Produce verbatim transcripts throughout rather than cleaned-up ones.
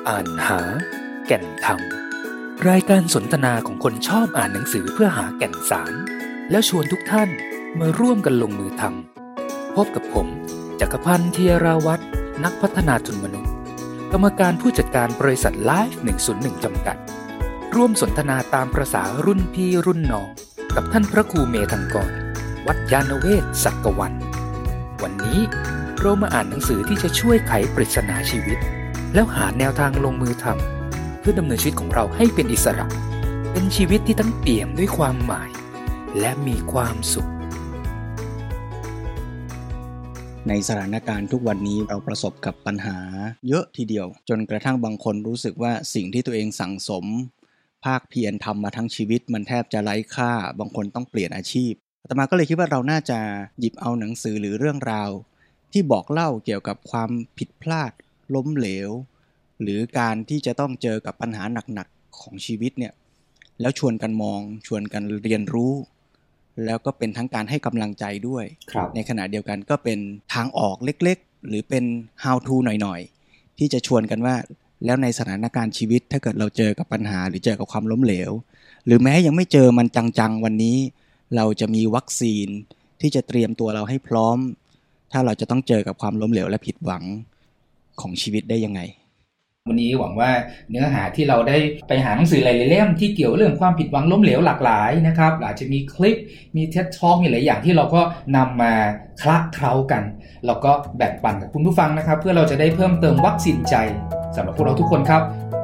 อ่านหาแก่นธรรมรายการสนทนาของคนชอบอ่านหนังสือเพื่อหาแก่นสารแล้วชวนทุกท่านมาร่วมกันลงมือทำพบกับผมจักรพันธ์เทียราวัฒน์นักพัฒนาทุนมนุษย์กรรมการผู้จัดการบริษัทไลฟ์หนึ่งศูนย์หนึ่งจำกัดร่วมสนทนาตามประสารุ่นพี่รุ่นน้องกับท่านพระครูเมธังกรวัดยานเวศศักวันวันนี้เรามาอ่านหนังสือที่จะช่วยไขปริศนาชีวิตแล้วหาแนวทางลงมือทำเพื่อดำเนินชีวิตของเราให้เป็นอิสระเป็นชีวิตที่ทั้งเปี่ยมด้วยความหมายและมีความสุขในสถานการณ์ทุกวันนี้เราประสบกับปัญหาเยอะทีเดียวจนกระทั่งบางคนรู้สึกว่าสิ่งที่ตัวเองสั่งสมภาคเพียรทำมาทั้งชีวิตมันแทบจะไร้ค่าบางคนต้องเปลี่ยนอาชีพอาตมาก็เลยคิดว่าเราน่าจะหยิบเอาหนังสือหรือเรื่องราวที่บอกเล่าเกี่ยวกับความผิดพลาดล้มเหลวหรือการที่จะต้องเจอกับปัญหาหนักๆของชีวิตเนี่ยแล้วชวนกันมองชวนกันเรียนรู้แล้วก็เป็นทั้งการให้กำลังใจด้วยในขณะเดียวกันก็เป็นทางออกเล็กๆหรือเป็น how to หน่อยๆที่จะชวนกันว่าแล้วในสถานการณ์ชีวิตถ้าเกิดเราเจอกับปัญหาหรือเจอกับความล้มเหลวหรือแม้ยังไม่เจอมันจังๆวันนี้เราจะมีวัคซีนที่จะเตรียมตัวเราให้พร้อมถ้าเราจะต้องเจอกับความล้มเหลวและผิดหวังของชีวิตได้ยังไงวันนี้หวังว่าเนื้อหาที่เราได้ไปหาหนังสือหลายๆเล่มที่เกี่ยวเรื่องความผิดหวังล้มเหลวหลากหลายนะครับอาจจะมีคลิปมี ที อี ดี Talk มีหลายอย่างที่เราก็นำมาคละเคล้ากันแล้วก็แบ่งปันกับคุณผู้ฟังนะครับเพื่อเราจะได้เพิ่มเติมวัคซีนใจสำหรับพวกเราทุกคนครับ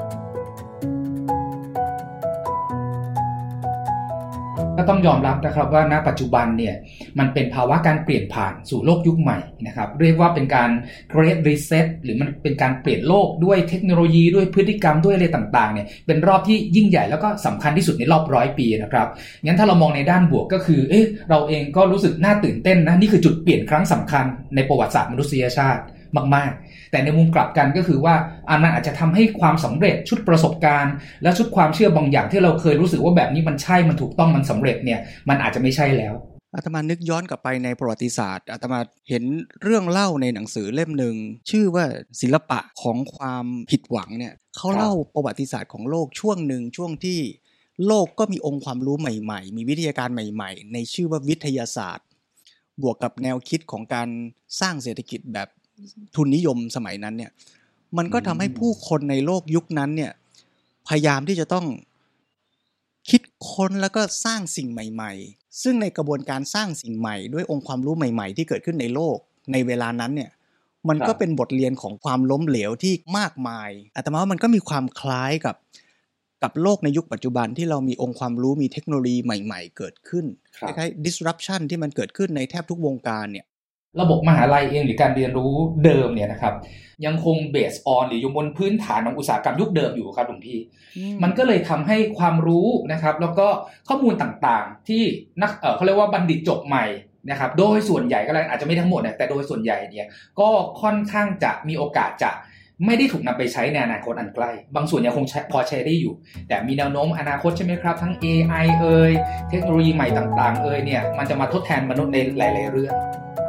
ก็ต้องยอมรับนะครับว่าณปัจจุบันเนี่ยมันเป็นภาวะการเปลี่ยนผ่านสู่โลกยุคใหม่นะครับเรียกว่าเป็นการ Great Reset หรือมันเป็นการเปลี่ยนโลกด้วยเทคโนโลยีด้วยพฤติกรรมด้วยอะไรต่างๆเนี่ยเป็นรอบที่ยิ่งใหญ่แล้วก็สำคัญที่สุดในรอบร้อยปีนะครับงั้นถ้าเรามองในด้านบวกก็คือเอ๊ะเราเองก็รู้สึกน่าตื่นเต้นนะนี่คือจุดเปลี่ยนครั้งสำคัญในประวัติศาสตร์มนุษยชาติมากๆแต่ในมุมกลับกันก็คือว่าอันมันอาจจะทำให้ความสำเร็จชุดประสบการณ์และชุดความเชื่อบางอย่างที่เราเคยรู้สึกว่าแบบนี้มันใช่มันถูกต้องมันสำเร็จเนี่ยมันอาจจะไม่ใช่แล้วอาตมานึกย้อนกลับไปในประวัติศาสตร์อาตมาเห็นเรื่องเล่าในหนังสือเล่มหนึ่งชื่อว่าศิลปะของความผิดหวังเนี่ยเขาเล่าประวัติศาสตร์ของโลกช่วงหนึ่งช่วงที่โลกก็มีองค์ความรู้ใหม่ๆมีวิทยาการใหม่ๆในชื่อว่าวิทยาศาสตร์บวกกับแนวคิดของการสร้างเศรษฐกิจแบบทุนนิยมสมัยนั้นเนี่ยมันก็ทำให้ผู้คนในโลกยุคนั้นเนี่ยพยายามที่จะต้องคิดค้นแล้วก็สร้างสิ่งใหม่ๆซึ่งในกระบวนการสร้างสิ่งใหม่ด้วยองค์ความรู้ใหม่ๆที่เกิดขึ้นในโลกในเวลานั้นเนี่ยมันก็เป็นบทเรียนของความล้มเหลวที่มากมายอาตมาว่ามันก็มีความคล้ายกับกับโลกในยุคปัจจุบันที่เรามีองค์ความรู้มีเทคโนโลยีใหม่ๆเกิดขึ้นคล้ายๆ disruption ที่มันเกิดขึ้นในแทบทุกวงการเนี่ยระบบมหาลัยเองหรือการเรียนรู้เดิมเนี่ยนะครับยังคงเบสออนหรืออยู่บนพื้นฐานของอุตสาหกรรมยุคเดิมอยู่ครับหลวงพี่มันก็เลยทำให้ความรู้นะครับแล้วก็ข้อมูลต่างๆที่นักเอ่อเขาเรียกว่าบัณฑิตจบใหม่นะครับโดยส่วนใหญ่ก็แล้วอาจจะไม่ทั้งหมดนะแต่โดยส่วนใหญ่เนี่ยก็ค่อนข้างจะมีโอกาสจะไม่ได้ถูกนำไปใช้ในอนาคตอันใกล้บางส่วนยังคงพอใช้ได้อยู่แต่มีแนวโน้มอนาคตใช่ไหมครับทั้ง เอ ไอ เอ่ยเทคโนโลยีใหม่ต่างๆเอ่ยเนี่ยมันจะมาทดแทนมนุษย์ในหลายๆเรื่อง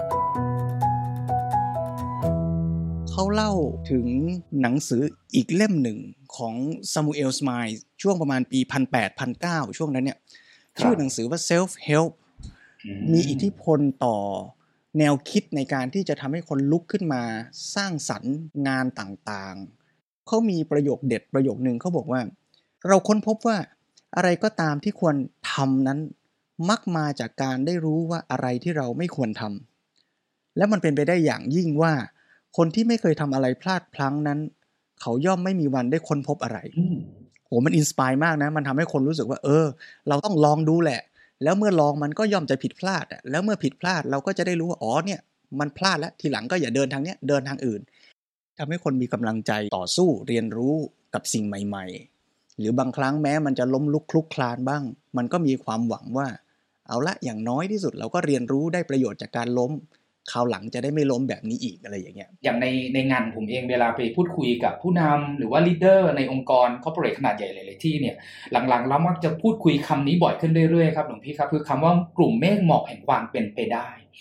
เขาเล่าถึงหนังสืออีกเล่มหนึ่งของซามูเอล สไมล์ช่วงประมาณปีหนึ่งพันแปดร้อย หนึ่งพันเก้าร้อยช่วงนั้นเนี่ยชื่อหนังสือว่า Self Help มีอิทธิพลต่อแนวคิดในการที่จะทำให้คนลุกขึ้นมาสร้างสรรค์งานต่างๆเขามีประโยคเด็ดประโยคนึงเขาบอกว่าเราค้นพบว่าอะไรก็ตามที่ควรทำนั้นมักมาจากการได้รู้ว่าอะไรที่เราไม่ควรทำและมันเป็นไปได้อย่างยิ่งว่าคนที่ไม่เคยทำอะไรพลาดพลั้งนั้นเขาย่อมไม่มีวันได้ค้นพบอะไรโหมันอินสไปร์มากนะมันทำให้คนรู้สึกว่าเออเราต้องลองดูแหละแล้วเมื่อลองมันก็ย่อมจะผิดพลาดอ่ะแล้วเมื่อผิดพลาดเราก็จะได้รู้ว่าอ๋อเนี่ยมันพลาดแล้วทีหลังก็อย่าเดินทางเนี้ยเดินทางอื่นทำให้คนมีกำลังใจต่อสู้เรียนรู้กับสิ่งใหม่ๆหรือบางครั้งแม้มันจะล้มลุกคลุกคลานบ้างมันก็มีความหวังว่าเอาละอย่างน้อยที่สุดเราก็เรียนรู้ได้ประโยชน์จากการล้มคราวหลังจะได้ไม่ล้มแบบนี้อีกอะไรอย่างเงี้ยอย่างในในงานผมเองเวลาไปพูดคุยกับผู้นำหรือว่าลีดเดอร์ในองค์กรคอร์ปอเรทขนาดใหญ่หลายๆที่เนี่ยหลังๆเรามักจะพูดคุยคำนี้บ่อยขึ้นเรื่อยๆครับหลวงพี่ครับคือคำว่ากลุ่มเมฆหมอกแห่งความเป็นไปได้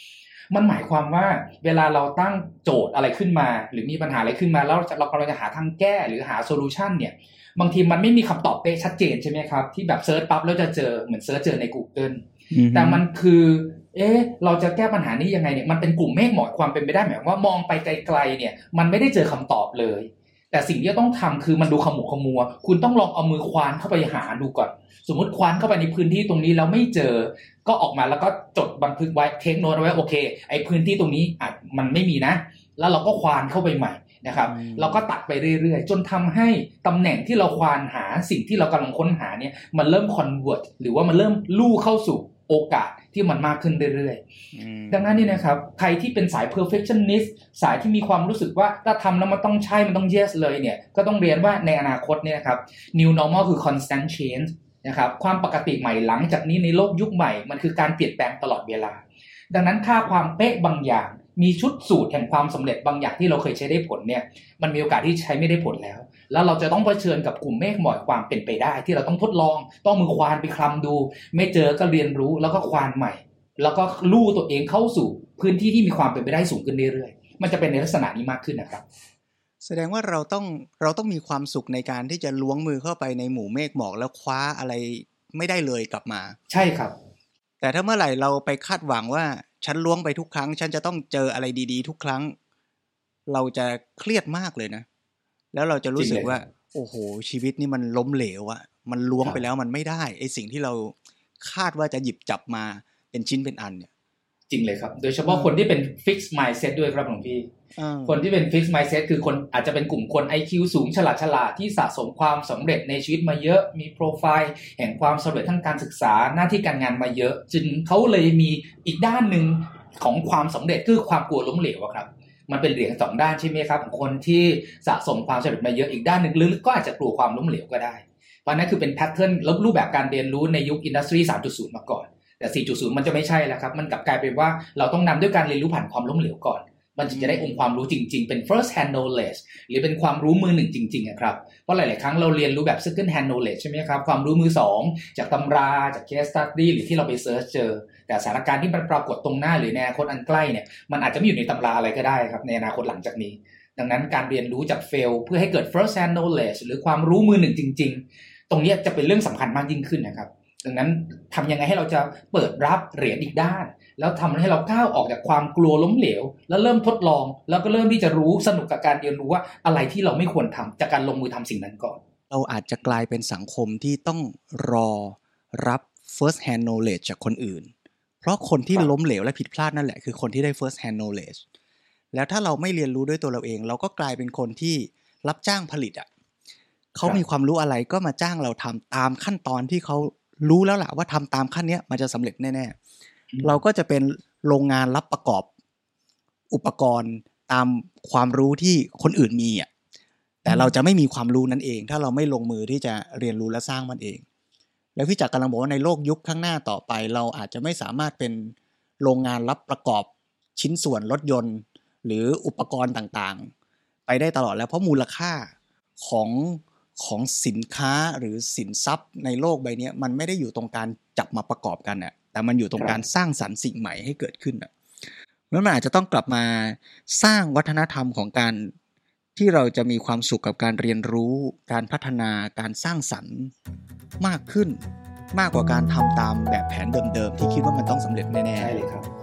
มันหมายความว่าเวลาเราตั้งโจทย์อะไรขึ้นมาหรือมีปัญหาอะไรขึ้นมาแล้วเรากำลังจะหาทางแก้หรือหาโซลูชันเนี่ยบางทีมันไม่มีคำตอบเป๊ะชัดเจนใช่ไหมครับที่แบบเซิร์ชปั๊บแล้วจะเจอเหมือนเซิร์ชเจอใน Google แต่มันคือเอ๊ะเราจะแก้ปัญหานี้ยังไงเนี่ยมันเป็นกลุ่มเมฆหมอกความเป็นไปได้หมายว่ามองไปไกลๆเนี่ยมันไม่ได้เจอคำตอบเลยแต่สิ่งที่ต้องทำคือมันดูขมุกขมัวคุณต้องลองเอามือควานเข้าไปหาดูก่อนสมมติควานเข้าไปในพื้นที่ตรงนี้แล้วไม่เจอก็ออกมาแล้วก็จดบันทึกไว้เทคโนตไว้โอเคไอ้พื้นที่ตรงนี้อ่ะมันไม่มีนะแล้วเราก็ควานเข้าไปใหม่นะครับเราก็ตัดไปเรื่อยๆจนทำให้ตำแหน่งที่เราควานหาสิ่งที่เรากำลังค้นหาเนี่ยมันเริ่มคอนเวิร์ตหรือว่ามันเริ่มลู่เข้าสู่โอกาสที่มันมากขึ้นเรื่อยๆดังนั้นนี่นะครับใครที่เป็นสาย perfectionist สายที่มีความรู้สึกว่าถ้าทำแล้วมันต้องใช่มันต้อง yes เลยเนี่ยก็ต้องเรียนว่าในอนาคตเนี่ยครับ new normal คือ constant change นะครับความปกติใหม่หลังจากนี้ในโลกยุคใหม่มันคือการเปลี่ยนแปลงตลอดเวลาดังนั้นค่าความเป๊ะบางอย่างมีชุดสูตรแห่งความสำเร็จบางอย่างที่เราเคยใช้ได้ผลเนี่ยมันมีโอกาสที่ใช้ไม่ได้ผลแล้วแล้วเราจะต้องเผชิญกับกลุ่มเมฆหมอกความเป็นไปได้ที่เราต้องทดลองต้องมือควานไปคลำดูไม่เจอก็เรียนรู้แล้วก็ควานใหม่แล้วก็ลู่ตัวเองเข้าสู่พื้นที่ที่มีความเป็นไปได้สูงขึ้นเรื่อยๆมันจะเป็นในลักษณะนี้มากขึ้นนะครับแสดงว่าเราต้องเราต้องมีความสุขในการที่จะล้วงมือเข้าไปในหมู่เมฆหมอกแล้วคว้าอะไรไม่ได้เลยกลับมาใช่ครับแต่ถ้าเมื่อไหร่เราไปคาดหวังว่าฉันล้วงไปทุกครั้งฉันจะต้องเจออะไรดีๆทุกครั้งเราจะเครียดมากเลยนะแล้วเราจะรู้สึกว่าโอ้โหชีวิตนี่มันล้มเหลวอะมันล้วงไปแล้วมันไม่ได้ไอ้สิ่งที่เราคาดว่าจะหยิบจับมาเป็นชิ้นเป็นอันเนี่ยจริงเลยครับโดยเฉพาะคนที่เป็น fixed mindset ด้วยครับหลวงพี่คนที่เป็น fixed mindset คือคนอาจจะเป็นกลุ่มคน ไอ คิว สูงฉลาดฉลาดที่สะสมความสำเร็จในชีวิตมาเยอะมีโปรไฟล์แห่งความสำเร็จทางการศึกษาหน้าที่การงานมาเยอะจึงเขาเลยมีอีกด้านนึงของความสำเร็จคือความกลัวล้มเหลวครับมันเป็นเหรียญสองด้านใช่ไหมครับของคนที่สะสมความสำเร็จมาเยอะอีกด้านนึงหรือก็อาจจะกลัวความล้มเหลวก็ได้เพราะนั้นคือเป็นแพทเทิร์นรูปแบบการเรียนรู้ในยุค Industry สามจุดศูนย์ มาก่อนแต่ สี่จุดศูนย์ มันจะไม่ใช่แล้วครับมันกลับกลายเป็นว่าเราต้องนำด้วยการเรียนรู้ผ่านความล้มเหลวก่อนมันจะได้องค์ความรู้จริงๆเป็น first hand knowledge หรือเป็นความรู้มือหนึ่งจริงๆนะครับเพราะหลายๆครั้งเราเรียนรู้แบบ second hand knowledge ใช่ไหมครับความรู้มือสองจากตำราจาก case study หรือที่เราไปเสิร์ชเจอแต่สถานการณ์ที่มันปรากฏตรงหน้าหรือในอนาคตอันใกล้เนี่ยมันอาจจะไม่อยู่ในตำราอะไรก็ได้ครับในอนาคตหลังจากนี้ดังนั้นการเรียนรู้จาก fail เพื่อให้เกิด first hand knowledge หรือความรู้มือหนึ่งจริงๆตรงนี้จะเป็นเรื่องสำคัญมากยิ่งขึ้นนะครับดังนั้นทำยังไงให้เราจะเปิดรับเหรียญอีกด้านแล้วทำให้เราก้าวออกจากความกลัวล้มเหลวแล้วเริ่มทดลองแล้วก็เริ่มที่จะรู้สนุกกับการเรียนรู้ว่าอะไรที่เราไม่ควรทำจากการลงมือทำสิ่งนั้นก่อนเราอาจจะกลายเป็นสังคมที่ต้องรอรับ first hand knowledge จากคนอื่นเพราะคนที่ล้มเหลวและผิดพลาดนั่นแหละคือคนที่ได้ first hand knowledge แล้วถ้าเราไม่เรียนรู้ด้วยตัวเราเองเราก็กลายเป็นคนที่รับจ้างผลิตอ่ะเขามีความรู้อะไรก็มาจ้างเราทำตามขั้นตอนที่เขารู้แล้วล่ะว่าทำตามขั้นนี้มันจะสำเร็จแน่ๆเราก็จะเป็นโรงงานรับประกอบอุปกรณ์ตามความรู้ที่คนอื่นมีอ่ะแต่เราจะไม่มีความรู้นั้นเองถ้าเราไม่ลงมือที่จะเรียนรู้และสร้างมันเองแล้วพี่จักรกำลังบอกว่าในโลกยุคข้างหน้าต่อไปเราอาจจะไม่สามารถเป็นโรงงานรับประกอบชิ้นส่วนรถยนต์หรืออุปกรณ์ต่างๆไปได้ตลอดแล้วเพราะมูลค่าของของสินค้าหรือสินทรัพย์ในโลกใบนี้มันไม่ได้อยู่ตรงการจับมาประกอบกันน่ะแต่มันอยู่ตรงการสร้างสรรค์สิ่งใหม่ให้เกิดขึ้นน่ะแล้วมันอาจจะต้องกลับมาสร้างวัฒนธรรมของการที่เราจะมีความสุขกับการเรียนรู้การพัฒนาการสร้างสรรค์มากขึ้นมากกว่าการทำตามแบบแผนเดิมๆที่คิดว่ามันต้องสำเร็จแน่ๆใช่เลยครับ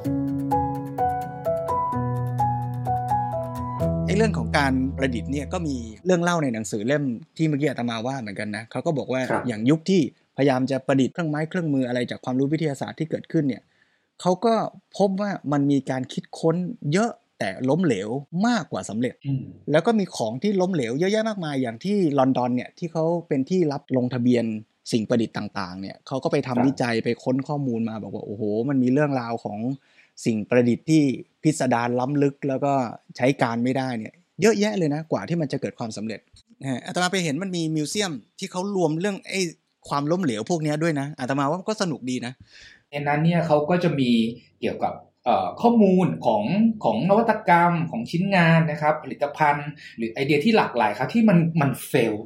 ไอ้เรื่องของการประดิษฐ์เนี่ยก็มีเรื่องเล่าในหนังสือเล่มที่เมื่อกี้อาตมาว่าเหมือนกันนะเขาก็บอกว่าอย่างยุคที่พยายามจะประดิษฐ์เครื่องไม้เครื่องมืออะไรจากความรู้วิทยาศาสตร์ที่เกิดขึ้นเนี่ยเขาก็พบว่ามันมีการคิดค้นเยอะแต่ล้มเหลวมากกว่าสำเร็จแล้วก็มีของที่ล้มเหลวเยอะแยะมากมายอย่างที่ลอนดอนเนี่ยที่เขาเป็นที่รับลงทะเบียนสิ่งประดิษฐ์ต่างๆเนี่ยเขาก็ไปทำวิจัยไปค้นข้อมูลมาบอกว่าโอ้โหมันมีเรื่องราวของสิ่งประดิษฐ์ที่พิสดารล้ำลึกแล้วก็ใช้การไม่ได้เนี่ยเยอะแยะเลยนะกว่าที่มันจะเกิดความสำเร็จอาตมาไปเห็นมันมีมิวเซียมที่เขารวมเรื่องไอ้ความล้มเหลวพวกนี้ด้วยนะอาตมาว่าก็สนุกดีนะในนั้นเนี่ยเขาก็จะมีเกี่ยวกับข้อมูลของของนวัตกรรมของชิ้นงานนะครับผลิตภัณฑ์หรือไอเดียที่หลากหลายครับที่มันมันเฟล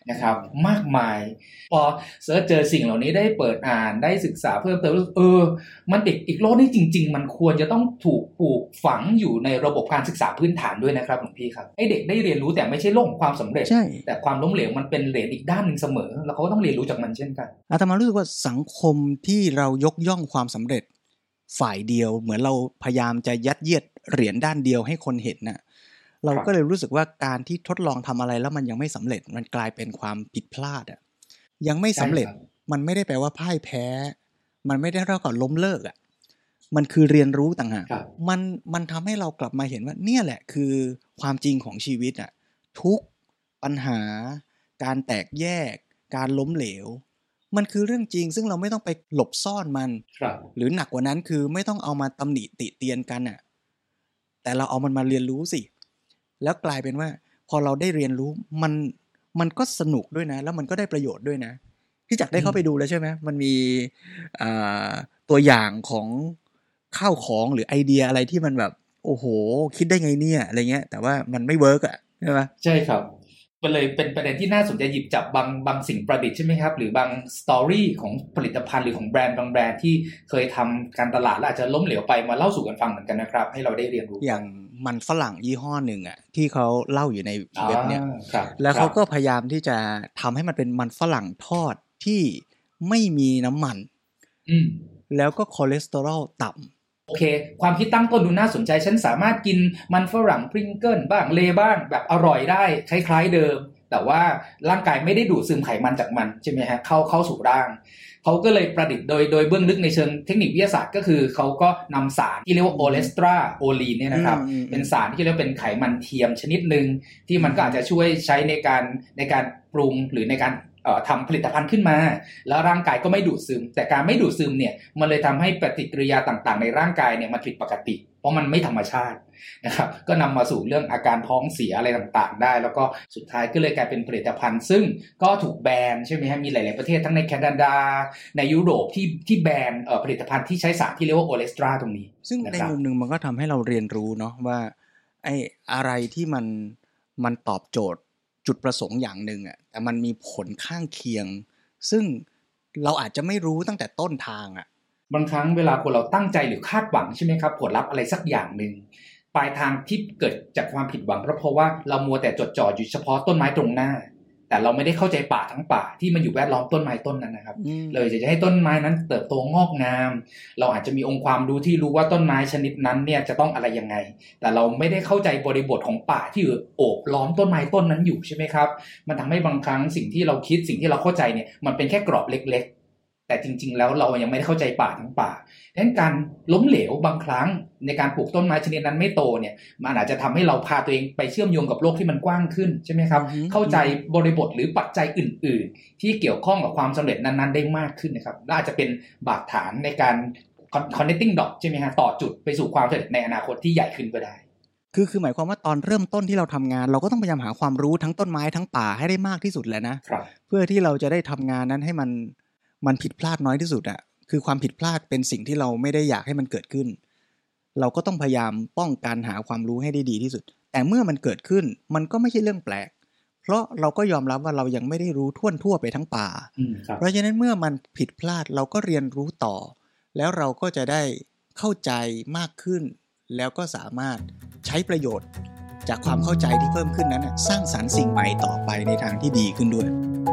นะครับมากมายพอเสิร์ชเจอสิ่งเหล่านี้ได้เปิดอ่านได้ศึกษาเพิ่มเติมเออมันเด็กอีกโลกนี้จริงๆมันควรจะต้องถูกปลูกฝังอยู่ในระบบการศึกษาพื้นฐานด้วยนะครับหลวงพี่ครับให้เด็กได้เรียนรู้แต่ไม่ใช่โลกความสำเร็จแต่ความล้มเหลวมันเป็นเหรียญอีกด้านนึงเสมอแล้วเขาก็ต้องเรียนรู้จากมันเช่นกันอาตมารู้สึกว่าสังคมที่เรายกย่องความสำเร็จฝ่ายเดียวเหมือนเราพยายามจะยัดเยียดเหรียญด้านเดียวให้คนเห็นน่ะเราก็เลยรู้สึกว่าการที่ทดลองทำอะไรแล้วมันยังไม่สำเร็จมันกลายเป็นความผิดพลาดอ่ะยังไม่สำเร็จมันไม่ได้แปลว่าพ่ายแพ้มันไม่ได้เท่ากับล้มเลิกอ่ะมันคือเรียนรู้ต่างหากมันมันทำให้เรากลับมาเห็นว่าเนี่ยแหละคือความจริงของชีวิตอ่ะทุกปัญหาการแตกแยกการล้มเหลวมันคือเรื่องจริงซึ่งเราไม่ต้องไปหลบซ่อนมันหรือหนักกว่านั้นคือไม่ต้องเอามาตำหนิติเตียนกันน่ะแต่เราเอามันมาเรียนรู้สิแล้วกลายเป็นว่าพอเราได้เรียนรู้มันมันก็สนุกด้วยนะแล้วมันก็ได้ประโยชน์ด้วยนะที่จักได้เข้าไปดูแล้วใช่ไหมมันมีตัวอย่างของข้าวของหรือไอเดียอะไรที่มันแบบโอ้โหคิดได้ไงเนี่ยอะไรเงี้ยแต่ว่ามันไม่เวิร์กอ่ะใช่ไหมใช่ครับมันเลยเป็นประเด็นที่น่าสนใจหยิบจับบางบางสิ่งประดิษฐ์ใช่ไหมครับหรือบางสตอรี่ของผลิตภัณฑ์หรือของแบรนด์บางแบรนด์ที่เคยทำการตลาดแล้วอาจจะล้มเหลวไปมาเล่าสู่กันฟังเหมือนกันนะครับให้เราได้เรียนรู้อย่างมันฝรั่งยี่ห้อหนึ่งอ่ะที่เขาเล่าอยู่ในเว็บเนี่ยแล้วเขาก็พยายามที่จะทำให้มันเป็นมันฝรั่งทอดที่ไม่มีน้ำมันแล้วก็คอเลสเตอรอลต่ำโอเคความคิดตั้งต้นดูน่าสนใจฉันสามารถกินมันฝรั่งพริงเกิลบ้างเลบ้างแบบอร่อยได้คล้ายๆเดิมแต่ว่าร่างกายไม่ได้ดูดซึมไขมันจากมันใช่ไหมฮะเข้าเข้าสู่ร่างเขาก็เลยประดิษฐ์โดยโดยเบื้องลึกในเชิงเทคนิควิทยาศาสตร์ก็คือเขาก็นำสารที่เรียกว่าโอเลสเตราโอลีนเนี่ยนะครับเป็นสารที่เรียกว่าเป็นไขมันเทียมชนิดหนึ่งที่มันก็อาจจะช่วยใช้ในการในการปรุงหรือในการทำผลิตภัณฑ์ขึ้นมาแล้วร่างกายก็ไม่ดูดซึมแต่การไม่ดูดซึมเนี่ยมันเลยทำให้ปฏิกิริยาต่างๆในร่างกายเนี่ยมันผิดปกติเพราะมันไม่ธรรมชาตินะครับก็นำมาสู่เรื่องอาการท้องเสียอะไรต่างๆได้แล้วก็สุดท้ายก็เลยกลายเป็นผลิตภัณฑ์ซึ่งก็ถูกแบนใช่ไหมฮะมีหลายๆประเทศทั้งในแคนาดาในยุโรปที่ที่แบนผลิตภัณฑ์ที่ใช้สารที่เรียกว่าโอเลสเตราตรงนี้ซึ่งในมุมนึงมันก็ทำให้เราเรียนรู้เนาะว่าไอ้อะไรที่มันมันตอบโจทย์จุดประสงค์อย่างนึงอ่ะแต่มันมีผลข้างเคียงซึ่งเราอาจจะไม่รู้ตั้งแต่ต้นทางอ่ะบางครั้งเวลาคนเราตั้งใจหรือคาดหวังใช่ไหมครับผลลัพธ์อะไรสักอย่างนึงปลายทางที่เกิดจากความผิดหวังเพราะว่าเรามัวแต่จดจ่ออยู่เฉพาะต้นไม้ตรงหน้าแต่เราไม่ได้เข้าใจป่าทั้งป่าที่มันอยู่แวดล้อมต้นไม้ต้นนั้นนะครับเลยจะให้ต้นไม้นั้นเติบโตงอกงามเราอาจจะมีองค์ความรู้ที่รู้ว่าต้นไม้ชนิดนั้นเนี่ยจะต้องอะไรยังไงแต่เราไม่ได้เข้าใจบริบทของป่าที่โอบล้อมต้นไม้ต้นนั้นอยู่ใช่ไหมครับมันทำให้บางครั้งสิ่งที่เราคิดสิ่งที่เราเข้าใจเนี่ยมันเป็นแค่กรอบเล็กๆแต่จริงๆแล้วเรายังไม่ได้เข้าใจป่าทั้งป่าดังนั้นการล้มเหลวบางครั้งในการปลูกต้นไม้ชนิดนั้นไม่โตเนี่ยมันอาจจะทำให้เราพาตัวเองไปเชื่อมโยงกับโลกที่มันกว้างขึ้นใช่ไหมครับ mm-hmm. เข้าใจบริบทหรือปัจจัยอื่นๆที่เกี่ยวข้องกับความสำเร็จนั้นๆได้มากขึ้นนะครับและอาจจะเป็นบาดฐานในการ connecting dot ใช่ไหมฮะต่อจุดไปสู่ความสำเร็จในอนาคตที่ใหญ่ขึ้นก็ได้คือคือหมายความว่าตอนเริ่มต้นที่เราทำงานเราก็ต้องพยายามหาความรู้ทั้งต้นไม้ทั้งป่าให้ได้มากที่สุดแหละนะเพื่อที่เราจะได้ทำงานนั้นให้มันมันผิดพลาดน้อยที่สุดอะคือความผิดพลาดเป็นสิ่งที่เราไม่ได้อยากให้มันเกิดขึ้นเราก็ต้องพยายามป้องกันหาความรู้ให้ได้ดีที่สุดแต่เมื่อมันเกิดขึ้นมันก็ไม่ใช่เรื่องแปลกเพราะเราก็ยอมรับว่าเรายังไม่ได้รู้ทั่วทั่วไปทั้งป่าเพราะฉะนั้นเมื่อมันผิดพลาดเราก็เรียนรู้ต่อแล้วเราก็จะได้เข้าใจมากขึ้นแล้วก็สามารถใช้ประโยชน์จากความเข้าใจที่เพิ่มขึ้นนั้นสร้างสรรค์สิ่งใหม่ต่อไปในทางที่ดีขึ้นด้วย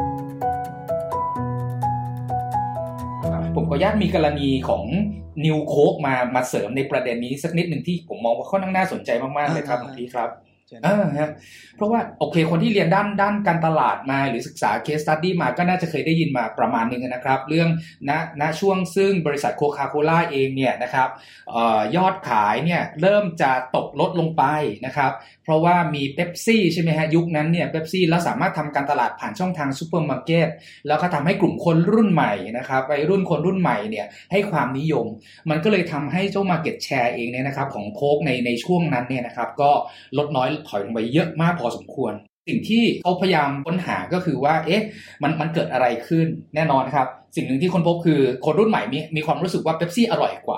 ผมขออนุญาตมีกรณีของนิวโคกมามาเสริมในประเด็นนี้สักนิดหนึ่งที่ผมมองว่าค่อนข้างน่าสนใจมากๆเลยครับคุณพี่ครับอ่าฮะเพราะว่าโอเคคนที่เรียนด้านด้านการตลาดมาหรือศึกษา case study มาก็น่าจะเคยได้ยินมาประมาณนึงนะครับเรื่องณณช่วงซึ่งบริษัทโคคาโคล่าเองเนี่ยนะครับเอ่อยอดขายเนี่ยเริ่มจะตกลดลงไปนะครับเพราะว่ามีเป๊ปซี่ใช่ไหมฮะยุคนั้นเนี่ยเป๊ปซี่แล้วสามารถทำการตลาดผ่านช่องทางซูเปอร์มาร์เก็ตแล้วก็ทำให้กลุ่มคนรุ่นใหม่นะครับวัยรุ่นคนรุ่นใหม่เนี่ยให้ความนิยมมันก็เลยทำให้เจ้า market share เองเนี่ยนะครับของโค้กในในช่วงนั้นเนี่ยนะครับก็ลดน้อยถอยลงไปเยอะมากพอสมควรสิ่งที่เขาพยายามค้นหาก็คือว่าเอ๊ะมันมันเกิดอะไรขึ้นแน่นอนครับสิ่งหนึ่งที่ค้นพบคือคนรุ่นใหม่มีมีความรู้สึกว่าเป๊ปซี่อร่อยกว่า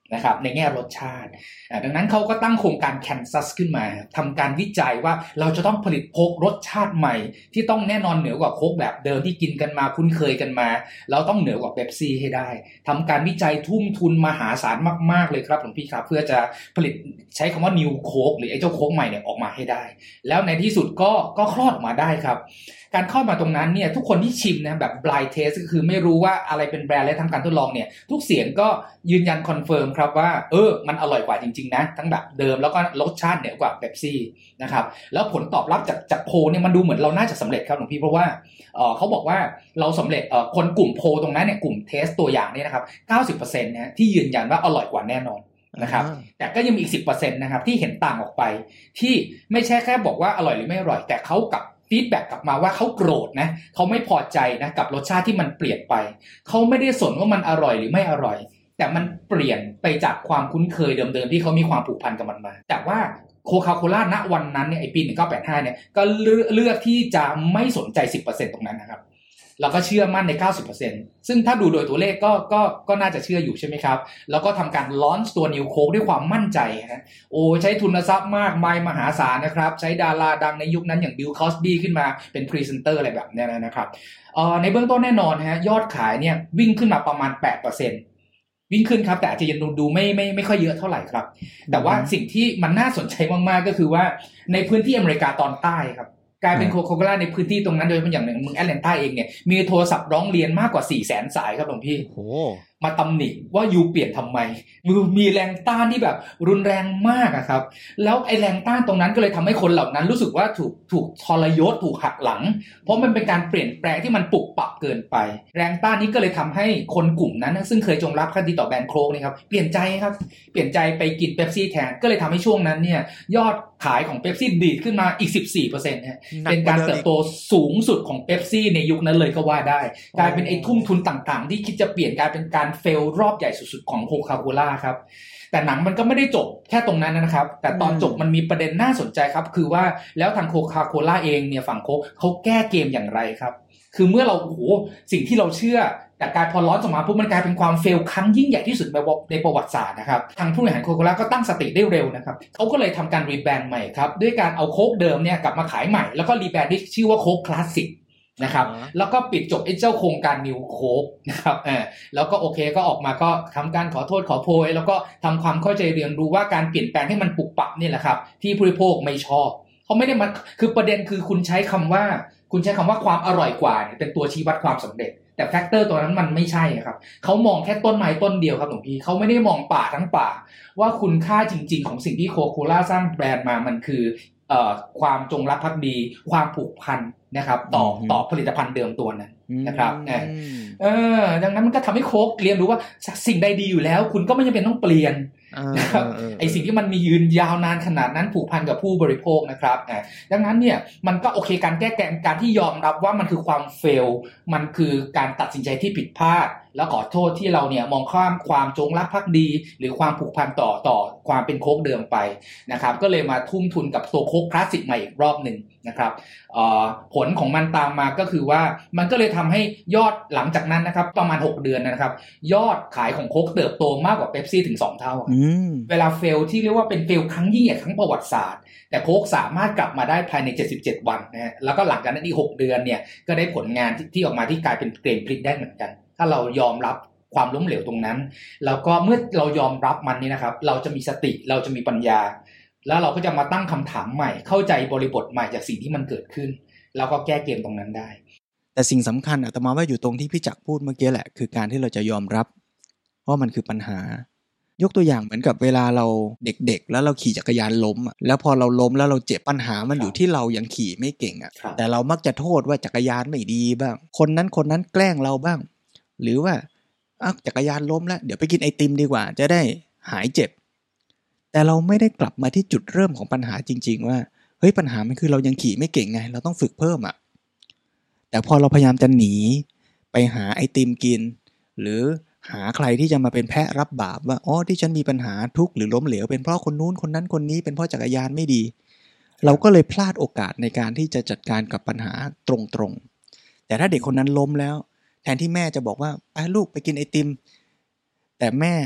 นะครับในแง่รสชาติดังนั้นเขาก็ตั้งโครงการแคนซัสขึ้นมาทำการวิจัยว่าเราจะต้องผลิตโค้กรสชาติใหม่ที่ต้องแน่นอนเหนือกว่าโค้กแบบเดิมที่กินกันมาคุ้นเคยกันมาเราต้องเหนือกว่าเป๊ปซี่ให้ได้ทำการวิจัยทุ่มทุนมหาศาลมากๆเลยครับหลวงพี่ครับเพื่อจะผลิตใช้คำว่านิวโค้กหรือไอ้เจ้าโค้กใหม่เนี่ยออกมาให้ได้แล้วในที่สุดก็ก็คลอดออกมาได้ครับการเข้ามาตรงนั้นเนี่ยทุกคนที่ชิมนะแบบ blind test ก็คือไม่รู้ว่าอะไรเป็นแบรนด์และทำการทดลองเนี่ยทุกเสียงก็ยืนยันคอนเฟิร์มครับว่าเออมันอร่อยกว่าจริงๆนะทั้งแบบเดิมแล้วก็รสชาติเหนือกว่าเป๊ปซี่นะครับแล้วผลตอบรับจากจากโพลเนี่ยมันดูเหมือนเราน่าจะสำเร็จครับหลวงพี่เพราะว่าเอ่อเขาบอกว่าเราสำเร็จเอ่อคนกลุ่มโพลตรงนั้นเนี่ยกลุ่มเทสตัวอย่างเนี่ยนะครับ เก้าสิบเปอร์เซ็นต์ นะที่ยืนยันว่าอร่อยกว่าแน่นอนนะครับแต่ก็ยังมีอีก สิบเปอร์เซ็นต์ นะครับที่เห็นต่างออกไปที่ไม่ใช่แค่บอกว่าอร่อยหรือไม่อร่อยแต่เขากับฟีดแบ็กกลับมาว่าเขาโกรธนะเขาไม่พอใจนะกับรสชาติที่มันเปลี่ยนไปเขาไม่ได้สนว่ามันอร่อยหรือไม่อร่อยแต่มันเปลี่ยนไปจากความคุ้นเคยเดิมๆที่เขามีความผูกพันกับมันมาแต่ว่าโคคาโคล่าณวันนั้นเนี่ยไอ้ปีหนึ่งพันเก้าร้อยแปดสิบห้าเนี่ยก็เลือกที่จะไม่สนใจ สิบเปอร์เซ็นต์ ตรงนั้นนะครับเราก็เชื่อมั่นใน เก้าสิบเปอร์เซ็นต์ ซึ่งถ้าดูโดยตัวเลขก็ก็ก็น่าจะเชื่ออยู่ใช่ไหมครับแล้วก็ทำการลอนช์ตัวนิวโค้กด้วยความมั่นใจนะโอ้ใช้ทุนทรัพย์มากมายมหาศาลนะครับใช้ดาราดังในยุคนั้นอย่างบิลคอสบีขึ้นมาเป็นพรีเซนเตอร์อะไรแบบนี้นะครับเอ่อในเบื้องต้นแน่นอนฮะยอดขายเนี่ยวิ่งขึ้นมาประมาณ แปดเปอร์เซ็นต์ วิ่งขึ้นครับแต่อาจจะยังดูดูไม่ไม่ไม่ค่อยเยอะเท่าไหร่ครับแต่ว่าสิ่งที่มันน่าสนใจมากๆก็คือว่าในพื้นที่อเมริกาตอนใต้ครับกลายเป็นโคคาโคล่าในพื้นที่ตรงนั้นโดยเฉพาะอย่างเมืองแอตแลนตาเองเนี่ยมีโทรศัพท์ร้องเรียนมากกว่า สี่แสน สายครับหลวงพี่โอ้มาตำหนิว่ายูเปลี่ยนทำไมมือมีแรงต้านที่แบบรุนแรงมากอะครับแล้วไอ้แรงต้านตรงนั้นก็เลยทำให้คนเหล่านั้นรู้สึกว่าถูกถูกทรยศถูกหักหลังเพราะมันเป็นการเปลี่ยนแปลงที่มันปุบปับเกินไปแรงต้านนี้ก็เลยทำให้คนกลุ่มนั้นซึ่งเคยจงรักภักดีต่อแบรนด์โค้กนี่ครับเปลี่ยนใจครับเปลี่ยนใจไปกินเป๊ปซี่แทนก็เลยทำให้ช่วงนั้นเนี่ยยอดขายของเป๊ปซี่ดีดขึ้นมาอีก สิบสี่เปอร์เซ็นต์ ฮะเป็นการเติบโตสูงสุดของเป๊ปซี่ในยุคนั้นเลยก็ว่าได้กลายเป็นไอ้ทุ่มทุนต่างๆที่คิดจะเปลี่ยนกลายเป็นการเฟลรอบใหญ่สุดๆของโคคาโคล่าครับแต่หนังมันก็ไม่ได้จบแค่ตรงนั้นนะครับแต่ตอนจบมันมีประเด็นน่าสนใจครับคือว่าแล้วทางโคคาโคล่าเองเนี่ยฝั่งโค้กเขาแก้เกมอย่างไรครับคือเมื่อเราโอ้โหสิ่งที่เราเชื่อแต่การพอร้อนออกมาปุ๊บมันกลายเป็นความเฟลครั้งยิ่งใหญ่ที่สุดในประวัติศาสตร์นะครับทางผู้บริหารโคคาโคล่าก็ตั้งสติได้เร็วนะครับเขาก็เลยทำการรีแบรนด์ใหม่ครับด้วยการเอาโค้กเดิมเนี่ยกลับมาขายใหม่แล้วก็รีแบรนด์ที่ชื่อว่าโค้กคลาสสิกนะครับแล้วก็ปิดจบไอ้เจ้าโครงการนิวโค้กนะครับเออแล้วก็โอเคก็ออกมาก็ทำการขอโทษขอโพยแล้วก็ทำความเข้าใจเรียนรู้ว่าการเปลี่ยนแปลงให้มันปุบปับนี่แหละครับที่ผู้บริโภคไม่ชอบเขาไม่ได้มาคือประเด็นคือคุณใช้คำว่าคุณใช้คำว่าความอร่อยกว่าเนี่ยเป็นตัวชี้วัดความสำเร็จแต่แฟกเตอร์ตัวนั้นมันไม่ใช่ครับเขามองแค่ต้นไม้ต้นเดียวครับหลวงพี่เขาไม่ได้มองป่าทั้งป่าว่าคุณค่าจริงๆของสิ่งที่โคคาโคล่าสร้างแบรนด์มามันคือเอ่อความจงรักภักดีความผูกพันนะครับต่อต่อผลิตภัณฑ์เดิมตัวนั้นนะครับเออดังนั้นมันก็ทำให้โค้กเรียนรู้ว่าสิ่งใดดีอยู่แล้วคุณก็ไม่จำเป็นต้องเปลี่ยนนะครับไอสิ่งที่มันมียืนยาวนานขนาดนั้นผูกพันกับผู้บริโภคนะครับดังนั้นเนี่ยมันก็โอเคการแก้แก้การที่ยอมรับว่ามันคือความเฟลมันคือการตัดสินใจที่ผิดพลาดแล้วขอโทษที่เราเนี่ยมองข้ามความจงรักภักดีหรือความผูกพันต่อต่อความเป็นโค้กเดิมไปนะครับก็เลยมาทุ่มทุนกับตัวโค้กคลาสสิกใหม่อีกรอบนึงนะครับผลของมันตามมาก็คือว่ามันก็เลยทำให้ยอดหลังจากนั้นนะครับประมาณหกเดือนนะครับยอดขายของโค้กเติบโตมากกว่าเป๊ปซี่ถึงสองเท่าเวลาเฟลที่เรียกว่าเป็นเฟลครั้งยิ่งใหญ่ครั้งประวัติศาสตร์แต่โค้กสามารถกลับมาได้ภายในเจ็ดสิบเจ็ดวันนะฮะแล้วก็หลังจากนั้นอีกหกเดือนเนี่ยก็ได้ผลงานที่ที่ออกมาที่กลายเป็นเกรดพลิกได้เหมือนกันถ้าเรายอมรับความล้มเหลวตรงนั้นแล้วก็เมื่อเรายอมรับมันนี่นะครับเราจะมีสติเราจะมีปัญญาแล้วเราก็จะมาตั้งคำถามใหม่เข้าใจบริบทใหม่จากสิ่งที่มันเกิดขึ้นแล้วก็แก้เกมตรงนั้นได้แต่สิ่งสำคัญอาตมาว่าอยู่ตรงที่พี่จักรพูดเมื่อกี้แหละคือการที่เราจะยอมรับว่ามันคือปัญหายกตัวอย่างเหมือนกับเวลาเราเด็กๆแล้วเราขี่จักรยานล้มอ่ะแล้วพอเราล้มแล้วเราเจ็บปัญหามันอยู่ที่เรายังขี่ไม่เก่งอ่ะแต่เรามักจะโทษว่าจักรยานไม่ดีบ้างคนนั้นคนนั้นแกล้งเราบ้างหรือว่าอ้าวจักรยานล้มแล้วเดี๋ยวไปกินไอติมดีกว่าจะได้หายเจ็บแต่เราไม่ได้กลับมาที่จุดเริ่มของปัญหาจริงๆว่าเฮ้ยปัญหามันคือเรายังขี่ไม่เก่งไงเราต้องฝึกเพิ่มอ่ะแต่พอเราพยายามจะหนีไปหาไอติมกินหรือหาใครที่จะมาเป็นแพะรับบาปว่าอ๋อที่ฉันมีปัญหาทุกข์หรือล้มเหลวเป็นเพราะคนนู้นคนนั้นคนนี้เป็นเพราะจักรยานไม่ดีเราก็เลยพลาดโอกาสในการที่จะจัดการกับปัญหาตรงๆแต่ถ้าเด็กคนนั้นล้มแล้วแทนที่แม่จะบอกว่าไปลูกไปกินไอติมแต่แม่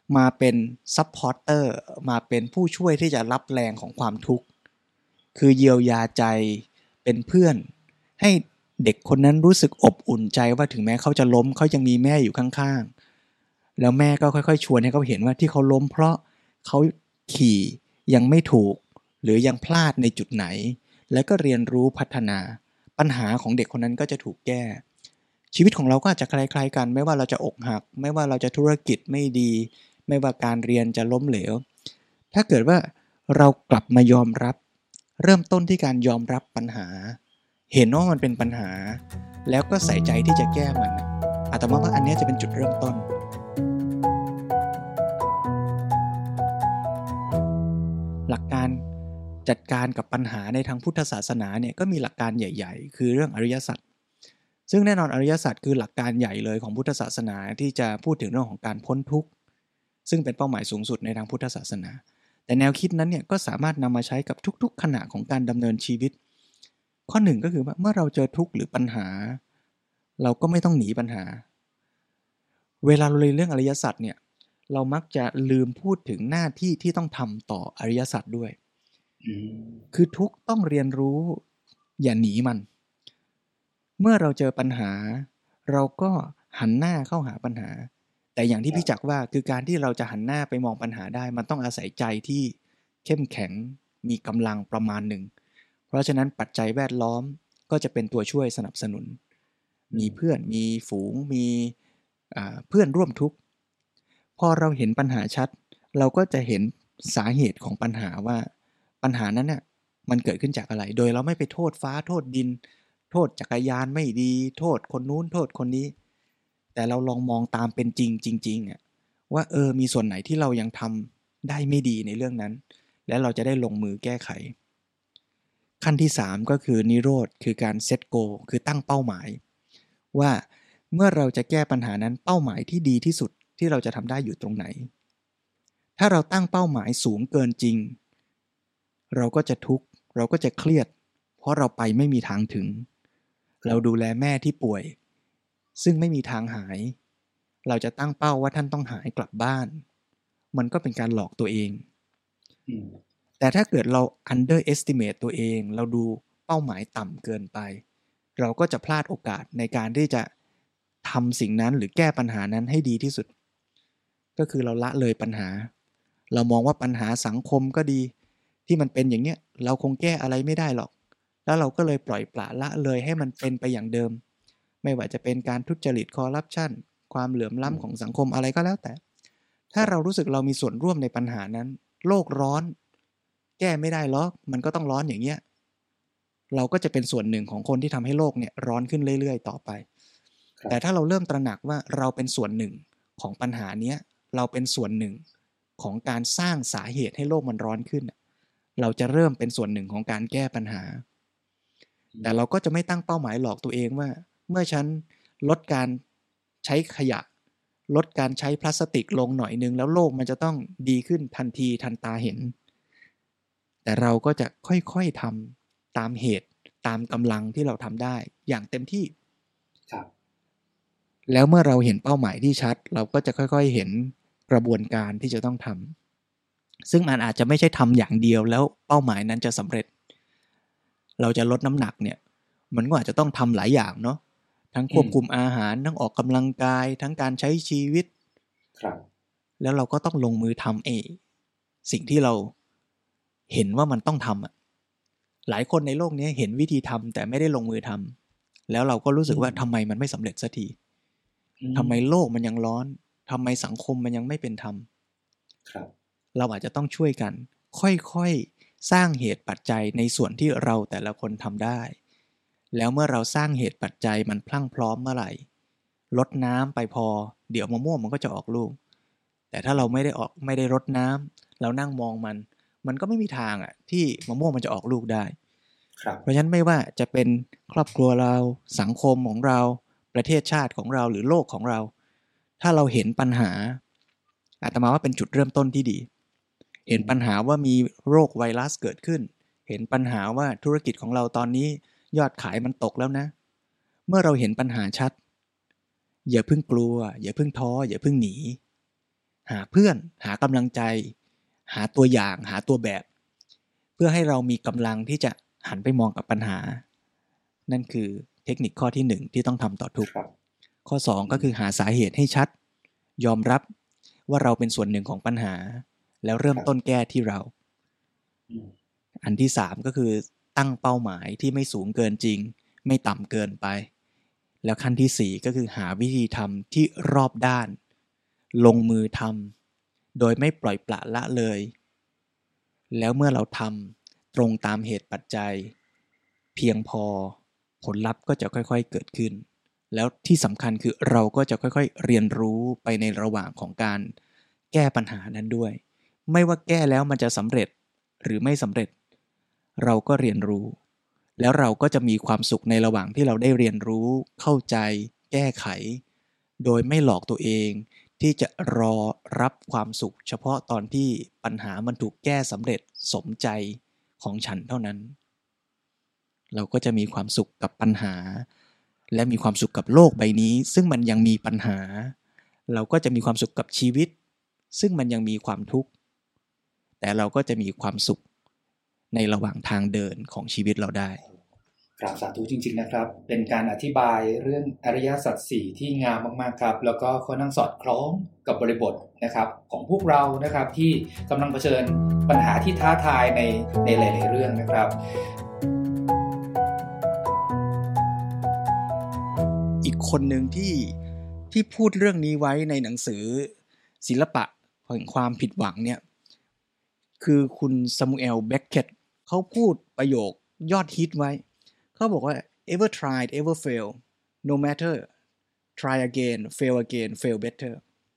มาเป็นซัพพอร์เตอร์มาเป็นผู้ช่วยที่จะรับแรงของความทุกข์คือเยียวยาใจเป็นเพื่อนให้เด็กคนนั้นรู้สึกอบอุ่นใจว่าถึงแม้เขาจะล้มเขายังมีแม่อยู่ข้างๆแล้วแม่ก็ค่อยๆชวนให้เขาเห็นว่าที่เขาล้มเพราะเขาขี่ยังไม่ถูกหรือยังพลาดในจุดไหนแล้วก็เรียนรู้พัฒนาปัญหาของเด็กคนนั้นก็จะถูกแก้ชีวิตของเราก็อาจจะคล้ายๆกันไม่ว่าเราจะอกหักไม่ว่าเราจะธุรกิจไม่ดีไม่ว่าการเรียนจะล้มเหลวถ้าเกิดว่าเรากลับมายอมรับเริ่มต้นที่การยอมรับปัญหาเห็นว่ามันเป็นปัญหาแล้วก็ใส่ใจที่จะแก้มันอาตมาว่าอันนี้จะเป็นจุดเริ่มต้นหลักการจัดการกับปัญหาในทางพุทธศาสนาเนี่ยก็มีหลักการใหญ่ๆคือเรื่องอริยสัจซึ่งแน่นอนอริยสัจคือหลักการใหญ่เลยของพุทธศาสนาที่จะพูดถึงเรื่องของการพ้นทุกข์ซึ่งเป็นเป้าหมายสูงสุดในทางพุทธศาสนาแต่แนวคิดนั้นเนี่ยก็สามารถนำมาใช้กับทุกๆขณะของการดำเนินชีวิตข้อหนึ่งก็คือว่าเมื่อเราเจอทุกข์หรือปัญหาเราก็ไม่ต้องหนีปัญหาเวลาเราเรียนเรื่องอริยสัจเนี่ยเรามักจะลืมพูดถึงหน้าที่ที่ต้องทำต่ออริยสัจด้วยคือทุกข์ต้องเรียนรู้อย่าหนีมันเมื่อเราเจอปัญหาเราก็หันหน้าเข้าหาปัญหาแต่อย่างที่พี่จักว่าคือการที่เราจะหันหน้าไปมองปัญหาได้มันต้องอาศัยใจที่เข้มแข็งมีกำลังประมาณหนึ่งเพราะฉะนั้นปัจจัยแวดล้อมก็จะเป็นตัวช่วยสนับสนุนมีเพื่อนมีฝูงมีเพื่อนร่วมทุกข์พอเราเห็นปัญหาชัดเราก็จะเห็นสาเหตุของปัญหาว่าปัญหานั้นเนี่ยมันเกิดขึ้นจากอะไรโดยเราไม่ไปโทษฟ้าโทษดินโทษจักรยานไม่ดีโทษคนนู้นโทษคนนี้แต่เราลองมองตามเป็นจริงจริงๆอ่ะว่าเออมีส่วนไหนที่เรายังทำได้ไม่ดีในเรื่องนั้นและเราจะได้ลงมือแก้ไขขั้นที่สามก็คือนิโรธคือการเซตโกคือตั้งเป้าหมายว่าเมื่อเราจะแก้ปัญหานั้นเป้าหมายที่ดีที่สุดที่เราจะทำได้อยู่ตรงไหนถ้าเราตั้งเป้าหมายสูงเกินจริงเราก็จะทุกข์เราก็จะเครียดเพราะเราไปไม่มีทางถึงเราดูแลแม่ที่ป่วยซึ่งไม่มีทางหายเราจะตั้งเป้าว่าท่านต้องหายกลับบ้านมันก็เป็นการหลอกตัวเองแต่ถ้าเกิดเรา underestimate ตัวเองเราดูเป้าหมายต่ำเกินไปเราก็จะพลาดโอกาสในการที่จะทำสิ่งนั้นหรือแก้ปัญหานั้นให้ดีที่สุดก็คือเราละเลยปัญหาเรามองว่าปัญหาสังคมก็ดีที่มันเป็นอย่างเนี้ยเราคงแก้อะไรไม่ได้หรอกแล้วเราก็เลยปล่อยปละละเลยให้มันเป็นไปอย่างเดิมไม่ว่าจะเป็นการทุจริตคอร์รัปชันความเหลื่อมล้ำของสังคมอะไรก็แล้วแต่ถ้าเรารู้สึกเรามีส่วนร่วมในปัญหานั้นโลกร้อนแก้ไม่ได้หรอกมันก็ต้องร้อนอย่างเงี้ยเราก็จะเป็นส่วนหนึ่งของคนที่ทำให้โลกเนี่ยร้อนขึ้นเรื่อยๆต่อไปแต่ถ้าเราเริ่มตระหนักว่าเราเป็นส่วนหนึ่งของปัญหาเนี้ยเราเป็นส่วนหนึ่งของการสร้างสาเหตุให้โลกมันร้อนขึ้นเราจะเริ่มเป็นส่วนหนึ่งของการแก้ปัญหาแต่เราก็จะไม่ตั้งเป้าหมายหลอกตัวเองว่าเมื่อฉันลดการใช้ขยะลดการใช้พลาสติกลงหน่อยนึงแล้วโลกมันจะต้องดีขึ้นทันทีทันตาเห็นแต่เราก็จะค่อยๆทำตามเหตุตามกำลังที่เราทำได้อย่างเต็มที่แล้วเมื่อเราเห็นเป้าหมายที่ชัดเราก็จะค่อยๆเห็นกระบวนการที่จะต้องทำซึ่งมันอาจจะไม่ใช่ทำอย่างเดียวแล้วเป้าหมายนั้นจะสำเร็จเราจะลดน้ำหนักเนี่ยมันก็อาจจะต้องทำหลายอย่างเนาะทั้งควบคุมอาหารทั้งออกกำลังกายทั้งการใช้ชีวิตครับแล้วเราก็ต้องลงมือทำเองสิ่งที่เราเห็นว่ามันต้องทำอ่ะหลายคนในโลกนี้เห็นวิธีทำแต่ไม่ได้ลงมือทำแล้วเราก็รู้สึกว่าทำไมมันไม่สำเร็จสักทีทำไมโลกมันยังร้อนทำไมสังคมมันยังไม่เป็นธรรมครับเราอาจจะต้องช่วยกันค่อยๆสร้างเหตุปัจจัยในส่วนที่เราแต่ละคนทำได้แล้วเมื่อเราสร้างเหตุปัจจัยมันพลั่งพร้อมเมื่อไหร่รดน้ำไปพอเดี๋ยวมะม่วงมันก็จะออกลูกแต่ถ้าเราไม่ได้ออกไม่ได้รดน้ำเรานั่งมองมันมันก็ไม่มีทางอ่ะที่มะม่วงมันจะออกลูกได้เพราะฉะนั้นไม่ว่าจะเป็นครอบครัวเราสังคมของเราประเทศชาติของเราหรือโลกของเราถ้าเราเห็นปัญหาอาตมาว่าเป็นจุดเริ่มต้นที่ดีเห็นปัญหาว่ามีโรคไวรัสเกิดขึ้นเห็นปัญหาว่าธุรกิจของเราตอนนี้ยอดขายมันตกแล้วนะเมื่อเราเห็นปัญหาชัดอย่าเพิ่งกลัวอย่าเพิ่งท้ออย่าเพิ่งหนีหาเพื่อนหากำลังใจหาตัวอย่างหาตัวแบบเพื่อให้เรามีกำลังที่จะหันไปมองกับปัญหานั่นคือเทคนิคข้อที่หนึ่งที่ต้องทำต่อทุกข์ข้อสองก็คือหาสาเหตุให้ชัดยอมรับว่าเราเป็นส่วนหนึ่งของปัญหาแล้วเริ่มต้นแก้ที่เราอันที่สามก็คือตั้งเป้าหมายที่ไม่สูงเกินจริงไม่ต่ำเกินไปแล้วขั้นที่สี่ก็คือหาวิธีทำที่รอบด้านลงมือทำโดยไม่ปล่อยปละละเลยแล้วเมื่อเราทำตรงตามเหตุปัจจัยเพียงพอผลลัพธ์ก็จะค่อยๆเกิดขึ้นแล้วที่สำคัญคือเราก็จะค่อยๆเรียนรู้ไปในระหว่างของการแก้ปัญหานั้นด้วยไม่ว่าแก้แล้วมันจะสำเร็จหรือไม่สำเร็จเราก็เรียนรู้แล้วเราก็จะมีความสุขในระหว่างที่เราได้เรียนรู้เข้าใจแก้ไขโดยไม่หลอกตัวเองที่จะรอรับความสุขเฉพาะตอนที่ปัญหามันถูกแก้สำเร็จสมใจของฉันเท่านั้นเราก็จะมีความสุขกับปัญหาและมีความสุขกับโลกใบนี้ซึ่งมันยังมีปัญหาเราก็จะมีความสุขกับชีวิตซึ่งมันยังมีความทุกข์แต่เราก็จะมีความสุขในระหว่างทางเดินของชีวิตเราได้กราบสาธุจริงๆนะครับเป็นการอธิบายเรื่องอริยสัจสี่ที่งามมากๆครับแล้วก็ค่อนข้างสอดคล้องกับบริบทนะครับของพวกเรานะครับที่กำลังเผชิญปัญหาที่ท้าทายในในหลายๆเรื่องนะครับอีกคนหนึ่งที่ที่พูดเรื่องนี้ไว้ในหนังสือศิลปะแห่งความผิดหวังเนี่ยคือคุณซามูเอลเบคเก็ตเขาพูดประโยคยอดฮิตไว้เขาบอกว่า ever tried ever fail no matter try again fail again fail better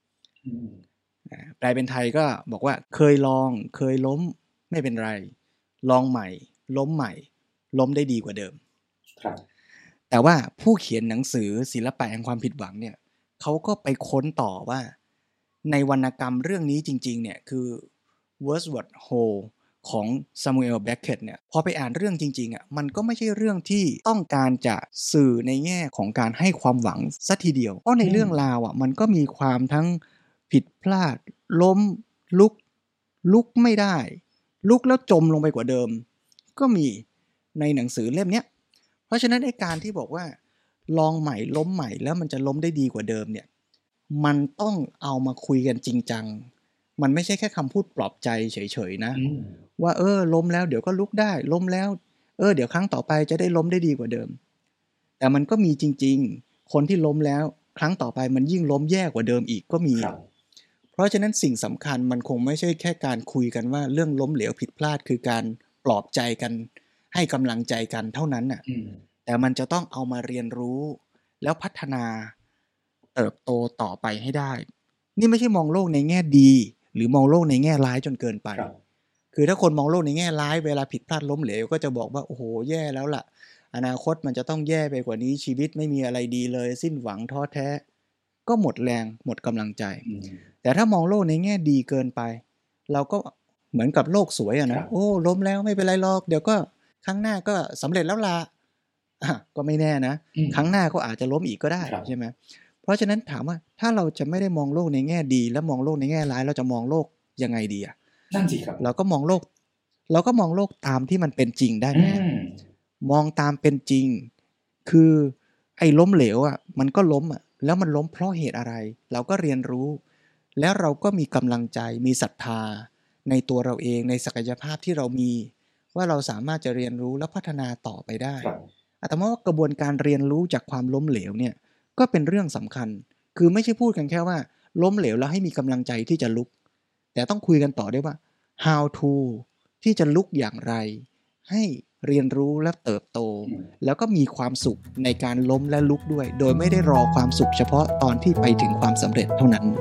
แปลเป็นไทยก็บอกว่าเคยลองเคยล้มไม่เป็นไรลองใหม่ล้มใหม่ล้มได้ดีกว่าเดิมครับแต่ว่าผู้เขียนหนังสือศิลปะแห่งความผิดหวังเนี่ยเขาก็ไปค้นต่อว่าในวรรณกรรมเรื่องนี้จริงๆเนี่ยคือ Wordsworth Hole ของ Samuel Beckett เนี่ยพอไปอ่านเรื่องจริงๆอ่ะมันก็ไม่ใช่เรื่องที่ต้องการจะสื่อในแง่ของการให้ความหวังซะทีเดียวเพราะในเรื่องราวอ่ะมันก็มีความทั้งผิดพลาดล้มลุกลุกไม่ได้ลุกแล้วจมลงไปกว่าเดิมก็มีในหนังสือเล่มเนี้ยเพราะฉะนั้นไอ้การที่บอกว่าลองใหม่ล้มใหม่แล้วมันจะล้มได้ดีกว่าเดิมเนี่ยมันต้องเอามาคุยกันจริงจังมันไม่ใช่แค่คำพูดปลอบใจเฉยๆนะว่าเออล้มแล้วเดี๋ยวก็ลุกได้ล้มแล้วเออเดี๋ยวครั้งต่อไปจะได้ล้มได้ดีกว่าเดิมแต่มันก็มีจริงๆคนที่ล้มแล้วครั้งต่อไปมันยิ่งล้มแย่กว่าเดิมอีกก็มีเพราะฉะนั้นสิ่งสำคัญมันคงไม่ใช่แค่การคุยกันว่าเรื่องล้มเหลวผิดพลาดคือการปลอบใจกันให้กำลังใจกันเท่านั้นน่ะแต่มันจะต้องเอามาเรียนรู้แล้วพัฒนาเติบโตต่อไปให้ได้นี่ไม่ใช่มองโลกในแง่ดีหรือมองโลกในแง่ร้ายจนเกินไปคือถ้าคนมองโลกในแง่ร้ายเวลาผิดพลาดล้มเหลวก็จะบอกว่าโอ้โหแย่แล้วล่ะอนาคตมันจะต้องแย่ไปกว่านี้ชีวิตไม่มีอะไรดีเลยสิ้นหวังท้อแท้ก็หมดแรงหมดกำลังใจแต่ถ้ามองโลกในแง่ดีเกินไปเราก็เหมือนกับโลกสวยอะนะโอ้ล้มแล้วไม่เป็นไรหรอกเดี๋ยวก็ครั้งหน้าก็สำเร็จแล้วล่ะก็ไม่แน่นะครั้งหน้าก็อาจจะล้มอีกก็ได้ใช่ไหมเพราะฉะนั้นถามว่าถ้าเราจะไม่ได้มองโลกในแง่ดีและมองโลกในแง่ร้ายเราจะมองโลกยังไงดีอ่ะนั่นสิครับเราก็มองโลกเราก็มองโลกตามที่มันเป็นจริงได้ไหมมองตามเป็นจริงคือไอ้ล้มเหลวอ่ะมันก็ล้มอ่ะแล้วมันล้มเพราะเหตุอะไรเราก็เรียนรู้แล้วเราก็มีกำลังใจมีศรัทธาในตัวเราเองในศักยภาพที่เรามีว่าเราสามารถจะเรียนรู้และพัฒนาต่อไปได้อาตมาว่ากระบวนการเรียนรู้จากความล้มเหลวเนี่ยก็เป็นเรื่องสำคัญคือไม่ใช่พูดกันแค่ว่าล้มเหลวแล้วให้มีกำลังใจที่จะลุกแต่ต้องคุยกันต่อด้วยว่า how to ที่จะลุกอย่างไรให้เรียนรู้และเติบโตแล้วก็มีความสุขในการล้มและลุกด้วยโดยไม่ได้รอความสุขเฉพาะตอนที่ไปถึงความสำเร็จเท่านั้น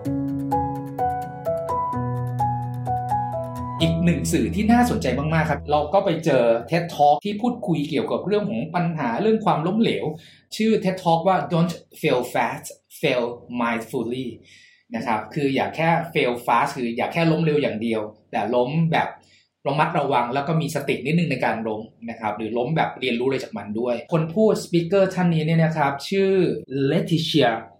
อีกหนึ่งสื่อที่น่าสนใจมากๆครับเราก็ไปเจอ ที อี ดี Talk ที่พูดคุยเกี่ยวกับเรื่องของปัญหาเรื่องความล้มเหลวชื่อ ที อี ดี Talk ว่า Don't fail fast fail mindfully นะครับคืออย่าแค่ fail fast คืออย่าแค่ล้มเร็วอย่างเดียวแต่ล้มแบบระมัดระวังแล้วก็มีสตินิดนึงในการล้มนะครับหรือล้มแบบเรียนรู้อะไรจากมันด้วยคนพูดสปีกเกอร์ท่านนี้เนี่ยนะครับชื่อ Leticia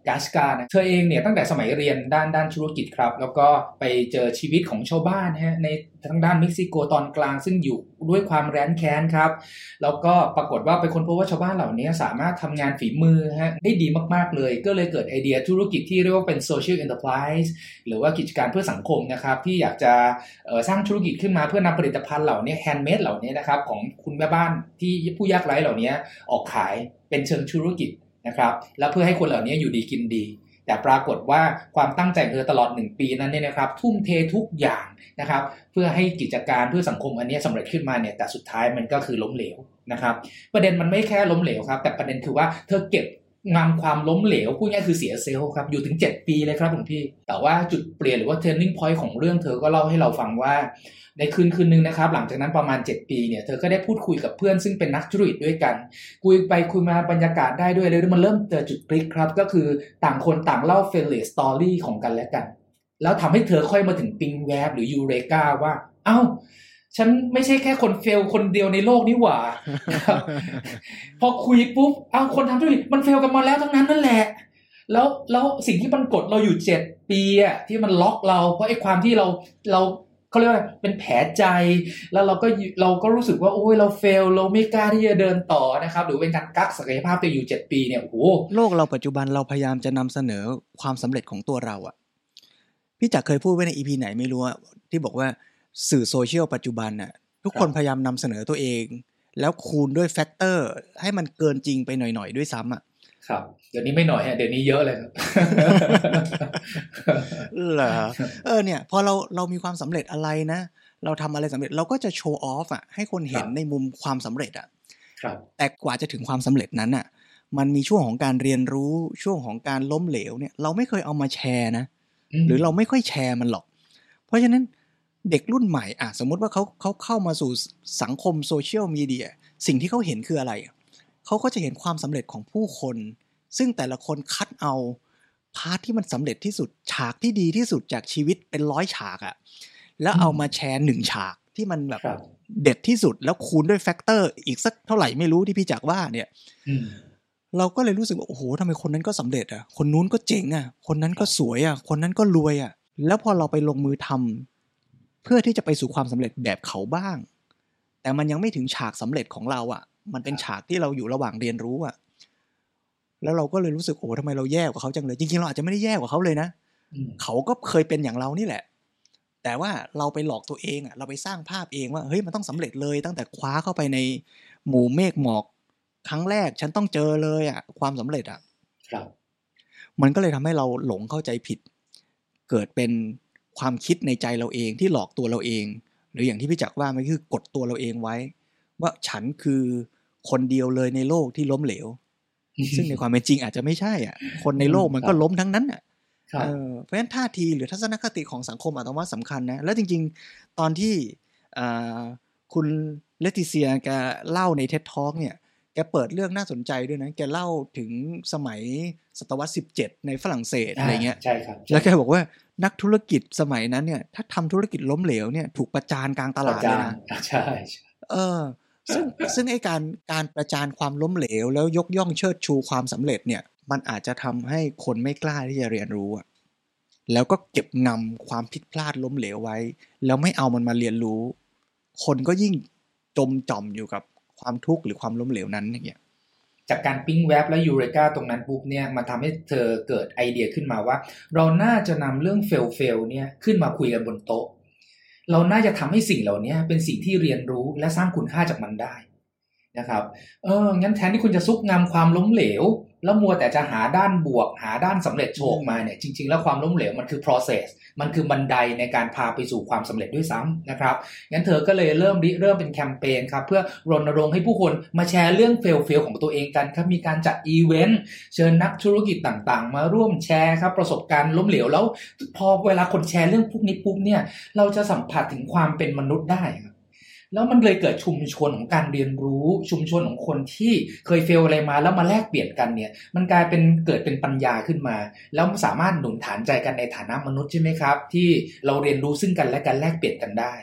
กาสกานะเธอเองเนี่ยตั้งแต่สมัยเรียนด้านด้านธุรกิจครับแล้วก็ไปเจอชีวิตของชาวบ้านฮะในทางด้านเม็กซิโกตอนกลางซึ่งอยู่ด้วยความแร้นแค้นครับแล้วก็ปรากฏว่าไปค้นพบว่าชาวบ้านเหล่านี้สามารถทำงานฝีมือฮะได้ดีมากๆเลยก็เลยเกิดไอเดียธุรกิจที่เรียกว่าเป็น social enterprise หรือว่ากิจการเพื่อสังคมนะครับที่อยากจะสร้างธุรกิจขึ้นมาเพื่อนำผลิตภัณฑ์เหล่านี้แฮนด์เมดเหล่านี้นะครับของคุณแม่บ้านที่ผู้ยากไร้เหล่านี้ออกขายเป็นเชิงธุรกิจนะครับแล้วเพื่อให้คนเหล่านี้อยู่ดีกินดีแต่ปรากฏว่าความตั้งใจของเธอตลอดหนึ่งปีนั้นเนี่ยนะครับทุ่มเททุกอย่างนะครับเพื่อให้กิจการเพื่อสังคมอันนี้สำเร็จขึ้นมาเนี่ยแต่สุดท้ายมันก็คือล้มเหลวนะครับประเด็นมันไม่แค่ล้มเหลวครับแต่ประเด็นคือว่าเธอเก็บงำความล้มเหลวพูดง่ายคือเสียเซลล์ครับอยู่ถึงเจ็ดปีเลยครับคุณพี่แต่ว่าจุดเปลี่ยนหรือว่า turning point ของเรื่องเธอก็เล่าให้เราฟังว่าในคืนคืนนึงนะครับหลังจากนั้นประมาณเจ็ดปีเนี่ยเธอก็ได้พูดคุยกับเพื่อนซึ่งเป็นนักธุรกิจด้วยกันคุยไปคุยมาบรรยากาศได้ด้วยเลยมันเริ่มเจอจุดพลิกครับก็คือต่างคนต่างเล่า failure story ของกันและกันแล้วทำให้เธอค่อยมาถึงปิงแวบหรือยูเรกาว่าเอ้าฉันไม่ใช่แค่คนเฟลคนเดียวในโลกนี่หว่า พอคุยปุ๊บเอ้าคนทำธุรกิจมันเฟลกันมาแล้วทั้งนั้นนั่นแหละแล้วแล้วสิ่งที่มันกดเราอยู่เจ็ดปีอะที่มันล็อกเราเพราะไอ้ความที่เราเราเขาเรียกว่าเป็นแผลใจแล้วเราก็เราก็รู้สึกว่าโอ้ยเราเฟลเราไม่กล้าที่จะเดินต่อนะครับหรือเป็นการกักศักยภาพตัวอยู่เจ็ดปีเนี่ยโอ้โหโลกเราปัจจุบันเราพยายามจะนำเสนอความสำเร็จของตัวเราอ่ะพี่จักรเคยพูดไว้ใน อี พี ไหนไม่รู้อ่ะที่บอกว่าสื่อโซเชียลปัจจุบันน่ะทุกคนพยายามนำเสนอตัวเองแล้วคูณด้วยแฟกเตอร์ให้มันเกินจริงไปหน่อยๆด้วยซ้ำอ่ะครับเดี๋ยวนี้ไม่หน่อยฮะเดี๋ยวนี้เยอะเลยครับเหรอเออเนี่ยพอเราเรามีความสำเร็จอะไรนะเราทำอะไรสำเร็จเราก็จะโชว์ออฟอ่ะให้คนเห็นในมุมความสำเร็จอ่ะแต่กว่าจะถึงความสำเร็จนั้นอ่ะมันมีช่วงของการเรียนรู้ช่วงของการล้มเหลวเนี่ยเราไม่เคยเอามาแชร์นะหรือเราไม่ค่อยแชร์มันหรอกเพราะฉะนั้นเด็กรุ่นใหม่อ่ะสมมติว่าเขาเขาเข้ามาสู่สังคมโซเชียลมีเดียสิ่งที่เขาเห็นคืออะไรเขาก็จะเห็นความสำเร็จของผู้คนซึ่งแต่ละคนคัดเอาพาร์ทที่มันสำเร็จที่สุดฉากที่ดีที่สุดจากชีวิตเป็นร้อยฉากอะแล้วเอามาแชร์หนึ่งฉากที่มันแบบเด็ดที่สุดแล้วคูณด้วยแฟกเตอร์อีกสักเท่าไหร่ไม่รู้ที่พี่จักรว่าเนี่ยเราก็เลยรู้สึกว่าโอ้โหทำไมคนนั้นก็สำเร็จอะคนนู้นก็เจ๋งอะคนนั้นก็สวยอะคนนั้นก็รวยอะแล้วพอเราไปลงมือทำเพื่อที่จะไปสู่ความสำเร็จแบบเขาบ้างแต่มันยังไม่ถึงฉากสำเร็จของเราอะมันเป็นฉากที่เราอยู่ระหว่างเรียนรู้อะแล้วเราก็เลยรู้สึกโอ้ทำไมเราแย่กว่าเขาจังเลยจริงๆเราอาจจะไม่ได้แย่กว่าเขาเลยนะเขาก็เคยเป็นอย่างเรานี่แหละแต่ว่าเราไปหลอกตัวเองอ่ะเราไปสร้างภาพเองว่าเฮ้ยมันต้องสำเร็จเลยตั้งแต่คว้าเข้าไปในหมู่เมฆหมอกครั้งแรกฉันต้องเจอเลยอ่ะความสำเร็จอ่ะครับมันก็เลยทำให้เราหลงเข้าใจผิดเกิดเป็นความคิดในใจเราเองที่หลอกตัวเราเองหรืออย่างที่พี่จักรว่ามันคือกดตัวเราเองไว้ว่าฉันคือคนเดียวเลยในโลกที่ล้มเหลวซึ่งในความเป็นจริงอาจจะไม่ใช่อ่ะคนในโลกมันก็ล้มทั้งนั้นอ่ะเออเพราะฉะนั้นท่าทีหรือทัศนคติของสังคมอาตมาสำคัญนะแล้วจริงๆตอนที่คุณเลติเซียแกเล่าใน ที อี ดี Talk เนี่ยแกเปิดเรื่องน่าสนใจด้วยนะแกเล่าถึงสมัยศตวรรษสิบเจ็ดในฝรั่งเศสอะไรเงี้ยใช่ครับแล้วแกบอกว่านักธุรกิจสมัยนั้นเนี่ยถ้าทำธุรกิจล้มเหลวเนี่ยถูกประจานกลางตลาดเลยนะใช่เออซึ่งซึ่งไอ้การการประจานความล้มเหลวแล้วยกย่องเชิดชูความสำเร็จเนี่ยมันอาจจะทำให้คนไม่กล้าที่จะเรียนรู้อ่ะแล้วก็เก็บงำความผิดพลาดล้มเหลวไว้แล้วไม่เอามันมาเรียนรู้คนก็ยิ่งจมจ่อมอยู่กับความทุกข์หรือความล้มเหลวนั้นอย่างเงี้ยจากการปิ้งแวบและยูเรกาตรงนั้นปุ๊บเนี่ยมันทำให้เธอเกิดไอเดียขึ้นมาว่าเราน่าจะนำเรื่องเฟลเฟลเนี่ยขึ้นมาคุยกันบนโต๊ะเราน่าจะทำให้สิ่งเหล่านี้เป็นสิ่งที่เรียนรู้และสร้างคุณค่าจากมันได้นะครับเอองั้นแทนที่คุณจะซุกงำความล้มเหลวแล้วมัวแต่จะหาด้านบวกหาด้านสำเร็จโชว์มาเนี่ยจริงๆแล้วความล้มเหลวมันคือ process มันคือบันไดในการพาไปสู่ความสำเร็จด้วยซ้ำนะครับงั้นเธอก็เลยเริ่มเริ่มเป็นแคมเปญครับเพื่อรณรงค์ให้ผู้คนมาแชร์เรื่องเฟลเฟลของตัวเองกันครับมีการจัดอีเวนต์เชิญนักธุรกิจต่างๆมาร่วมแชร์ครับประสบการณ์ล้มเหลวแล้วพอเวลาคนแชร์เรื่องพวกนี้ปุ๊บเนี่ยเราจะสัมผัสถึงความเป็นมนุษย์ได้แล้วมันเลยเกิดชุมชนของการเรียนรู้ชุมชนของคนที่เคยเฟลอะไรมาแล้วมาแลกเปลี่ยนกันเนี่ยมันกลายเป็นเกิดเป็นปัญญาขึ้นมาแล้วสามารถหนุนฐานใจกันในฐานะมนุษย์ใช่ไหมครับที่เราเรียนรู้ซึ่งกันและกันแลกเปลี่ยนกันได้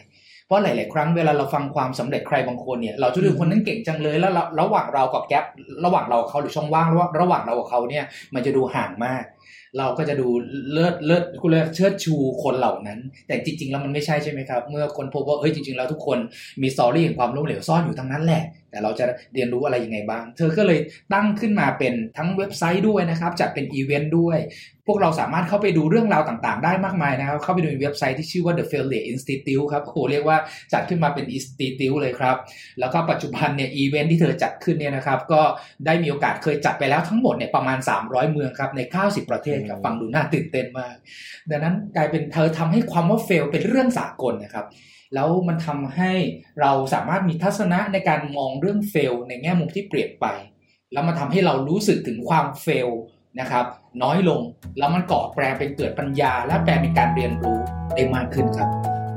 เพราะหลายๆครั้งเวลาเราฟังความสำเร็จใครบางคนเนี่ยเราจะดูคนนั้นเก่งจังเลยแล้วระหว่างเรากับแกประหว่างเรากับเขาหรือช่องว่างระหว่างเรากับเขาเนี่ยมันจะดูห่างมากเราก็จะดูเลิศเลิศกูเลยเชิดชูคนเหล่านั้นแต่จริงๆแล้วมันไม่ใช่ใช่ไหมครับเมื่อคนพบว่าเฮ้ยจริงๆแล้วทุกคนมีสตอรี่แห่งความล้มเหลวซ่อนอยู่ทั้งนั้นแหละแต่เราจะเรียนรู้อะไรยังไงบ้างเธอก็เลยตั้งขึ้นมาเป็นทั้งเว็บไซต์ด้วยนะครับจัดเป็นอีเวนต์ด้วยพวกเราสามารถเข้าไปดูเรื่องราวต่างๆได้มากมายนะครับเข้าไปดูในเว็บไซต์ที่ชื่อว่า The Failure Institute ครับโหเรียกว่าจัดขึ้นมาเป็น Institute เลยครับแล้วก็ปัจจุบันเนี่ยอีเวนต์ที่เธอจัดขึ้นเนี่ยนะครับก็ได้มีโอกาสเคยจัดไปแล้วทั้งหมดเนี่ยประมาณสามร้อยเมืองครับในเก้าสิบประเทศครับฟังดูน่าตื่นเต้นมากดังนั้นกลายเป็นเธอทำให้ความว่า fail เป็นเรื่องสากลนะครับแล้วมันทำให้เราสามารถมีทัศนะในการมองเรื่องเฟลในแง่มุมที่เปลี่ยนไปแล้วมันทำให้เรารู้สึกถึงความเฟลนะครับน้อยลงแล้วมันก่อแปลเป็นเกิดปัญญาและแปลเป็นการเรียนรู้ได้มากขึ้นครับ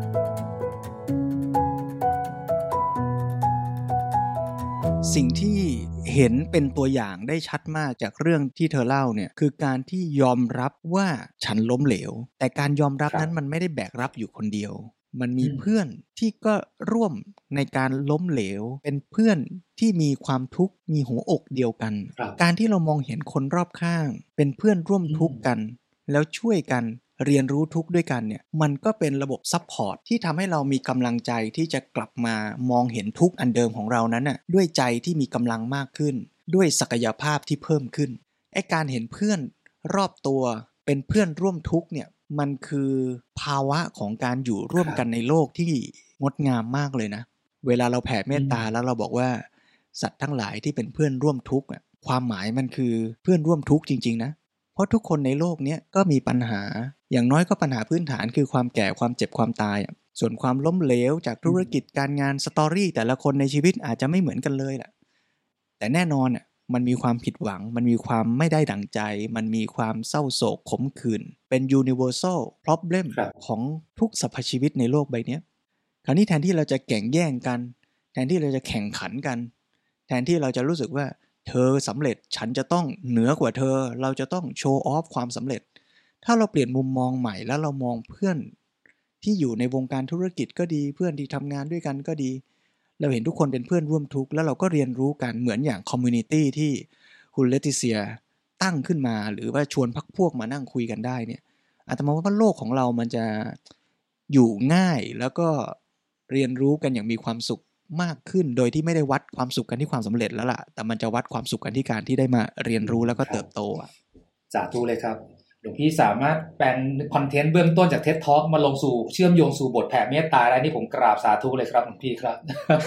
สิ่งที่เห็นเป็นตัวอย่างได้ชัดมากจากเรื่องที่เธอเล่าเนี่ยคือการที่ยอมรับว่าฉันล้มเหลวแต่การยอมรับนั้นมันไม่ได้แบกรับอยู่คนเดียวมันมีเพื่อนที่ก็ร่วมในการล้มเหลวเป็นเพื่อนที่มีความทุกข์มีหัวอกเดียวกันการที่เรามองเห็นคนรอบข้างเป็นเพื่อนร่วมทุกข์กันแล้วช่วยกันเรียนรู้ทุกข์ด้วยกันเนี่ยมันก็เป็นระบบซัพพอร์ตที่ทำให้เรามีกำลังใจที่จะกลับมามองเห็นทุกข์อันเดิมของเรานั้นน่ะด้วยใจที่มีกำลังมากขึ้นด้วยศักยภาพที่เพิ่มขึ้นไอ้การเห็นเพื่อนรอบตัวเป็นเพื่อนร่วมทุกข์เนี่ยมันคือภาวะของการอยู่ร่วมกันในโลกที่งดงามมากเลยนะเวลาเราแผ่เมตตาแล้วเราบอกว่าสัตว์ทั้งหลายที่เป็นเพื่อนร่วมทุกข์อ่ะความหมายมันคือเพื่อนร่วมทุกข์จริงๆนะเพราะทุกคนในโลกนี้ก็มีปัญหาอย่างน้อยก็ปัญหาพื้นฐานคือความแก่ความเจ็บความตายส่วนความล้มเหลวจากธุรกิจการงานสตอรี่แต่ละคนในชีวิตอาจจะไม่เหมือนกันเลยแหละแต่แน่นอนอ่ะมันมีความผิดหวังมันมีความไม่ได้ดั่งใจมันมีความเศร้าโศกขมขื่นเป็น universal problem ของทุกสรรพชีวิตในโลกใบนี้คราวนี้แทนที่เราจะแข่งแย่งกันแทนที่เราจะแข่งขันกันแทนที่เราจะรู้สึกว่าเธอสำเร็จฉันจะต้องเหนือกว่าเธอเราจะต้องโชว์ออฟความสำเร็จถ้าเราเปลี่ยนมุมมองใหม่แล้วเรามองเพื่อนที่อยู่ในวงการธุรกิจก็ดีเพื่อนที่ทำงานด้วยกันก็ดีเราเห็นทุกคนเป็นเพื่อนร่วมทุกข์แล้วเราก็เรียนรู้กันเหมือนอย่างคอมมูนิตี้ที่คุณเลติเซียตั้งขึ้นมาหรือว่าชวนพรรคพวกมานั่งคุยกันได้เนี่ยอาตมาว่าโลกของเรามันจะอยู่ง่ายแล้วก็เรียนรู้กันอย่างมีความสุขมากขึ้นโดยที่ไม่ได้วัดความสุขกันที่ความสำเร็จแล้วล่ะแต่มันจะวัดความสุขกันที่การที่ได้มาเรียนรู้แล้วก็เติบโตอ่ะสาธุเลยครับหลวงพี่สามารถแปลงคอนเทนต์เบื้องต้นจาก ที อี ดี Talk มาลงสู่เชื่อมโยงสู่บทแผ่เมตตาได้นี่ผมกราบสาธุเลยครับหลวงพี่ครับ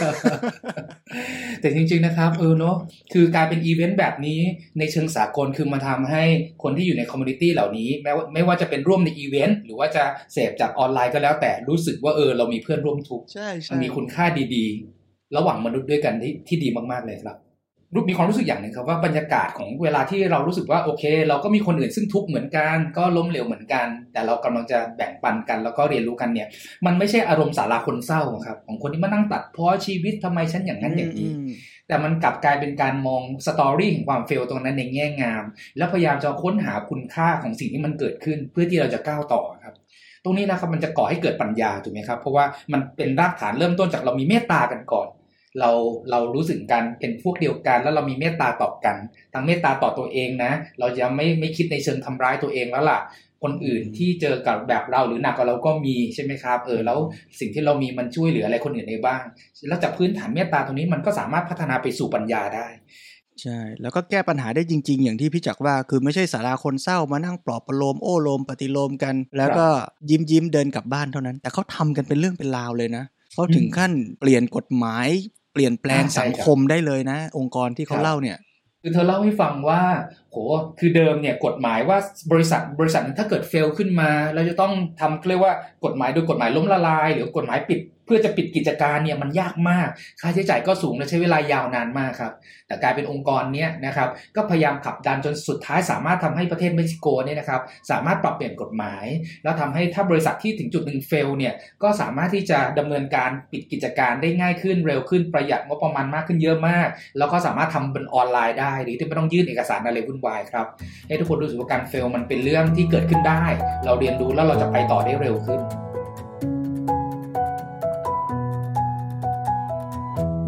แต่จริงๆนะครับเออเนาะคือการเป็นอีเวนต์แบบนี้ในเชิงสากลคือมาทำให้คนที่อยู่ในคอมมูนิตี้เหล่านี้แม้ว่าไม่ว่าจะเป็นร่วมในอีเวนต์หรือว่าจะเสพจากออนไลน์ก็แล้วแต่รู้สึกว่าเออเรามีเพื่อนร่วมทุกข์มันมีคุณค่าดีๆระหว่างมนุษย์ด้วยกันที่ที่ดีมากๆเลยครับมีความรู้สึกอย่างหนึ่งครับว่าบรรยากาศของเวลาที่เรารู้สึกว่าโอเคเราก็มีคนอื่นซึ่งทุกข์เหมือนกันก็ล้มเหลวเหมือนกันแต่เรากำลังจะแบ่งปันกันแล้วก็เรียนรู้กันเนี่ยมันไม่ใช่อารมณ์สาราคนเศร้าครับของคนที่มานั่งตัดพ้อชีวิตทำไมฉันอย่างนั้นอย่างนี้แต่มันกลับกลายเป็นการมองสตอรี่ของความเฟลตรงนั้นในแง่งามแล้วพยายามจะค้นหาคุณค่าของสิ่งที่มันเกิดขึ้นเพื่อที่เราจะก้าวต่อครับตรงนี้นะครับมันจะก่อให้เกิดปัญญาถูกไหมครับเพราะว่ามันเป็นรากฐานเริ่มต้นจากเรามีเมตตากันก่อนเราเรารู้สึกกันเป็นพวกเดียวกันแล้วเรามีเมตตาต่อกันทั้งเมตตาต่อตัวเองนะเราจะไม่ไม่คิดในเชิงทำร้ายตัวเองแล้วล่ะคนอื่นที่เจอกับแบบเราหรือหนักกว่าเราก็มีใช่ไหมครับเออแล้วสิ่งที่เรามีมันช่วยเหลืออะไรคนอื่นได้บ้างแล้วจากพื้นฐานเมตตาตรงนี้มันก็สามารถพัฒนาไปสู่ปัญญาได้ใช่แล้วก็แก้ปัญหาได้จริงๆอย่างที่พี่จักรว่าคือไม่ใช่สาราคนเศร้ามานั่งปลอบประโลมโอ้โลมปฏิโลมกันแล้วก็ยิ้มยิ้มเดินกลับบ้านเท่านั้นแต่เขาทำกันเป็นเรื่องเป็นราวเลยนะเขาถึงขั้นเปลี่ยนกฎหมายเปลี่ยนแปลงสังคมได้เลยนะองค์กรที่เขาเล่าเนี่ยคือเธอเล่าให้ฟังว่าโหคือเดิมเนี่ยกฎหมายว่าบริษัทบริษัทนึงถ้าเกิดเฟลขึ้นมาเราจะต้องทำเรียกว่ากฎหมายโดยกฎหมายล้มละลายหรือกฎหมายปิดเพื่อจะปิดกิจการเนี่ยมันยากมากค่าใช้จ่ายก็สูงและใช้เวลายาวนานมากครับแต่กลายเป็นองค์กรเนี้ยนะครับก็พยายามขับดันจนสุดท้ายสามารถทำให้ประเทศเม็กซิโกเนี่ยนะครับสามารถปรับเปลี่ยนกฎหมายแล้วทำให้ถ้าบริษัทที่ถึงจุดหนึ่งเฟลเนี่ยก็สามารถที่จะดำเนินการปิดกิจการได้ง่ายขึ้นเร็วขึ้นประหยัดงบประมาณมากขึ้นเยอะมากแล้วก็สามารถทำเป็นออนไลน์ได้หรือที่ไม่ต้องยื่นเอกสารอะไรวุ่นวายครับให้ทุกคนรู้สึกว่าการเฟลมันเป็นเรื่องที่เกิดขึ้นได้เราเรียนรู้แล้วเราจะไปต่อได้เร็วขึ้น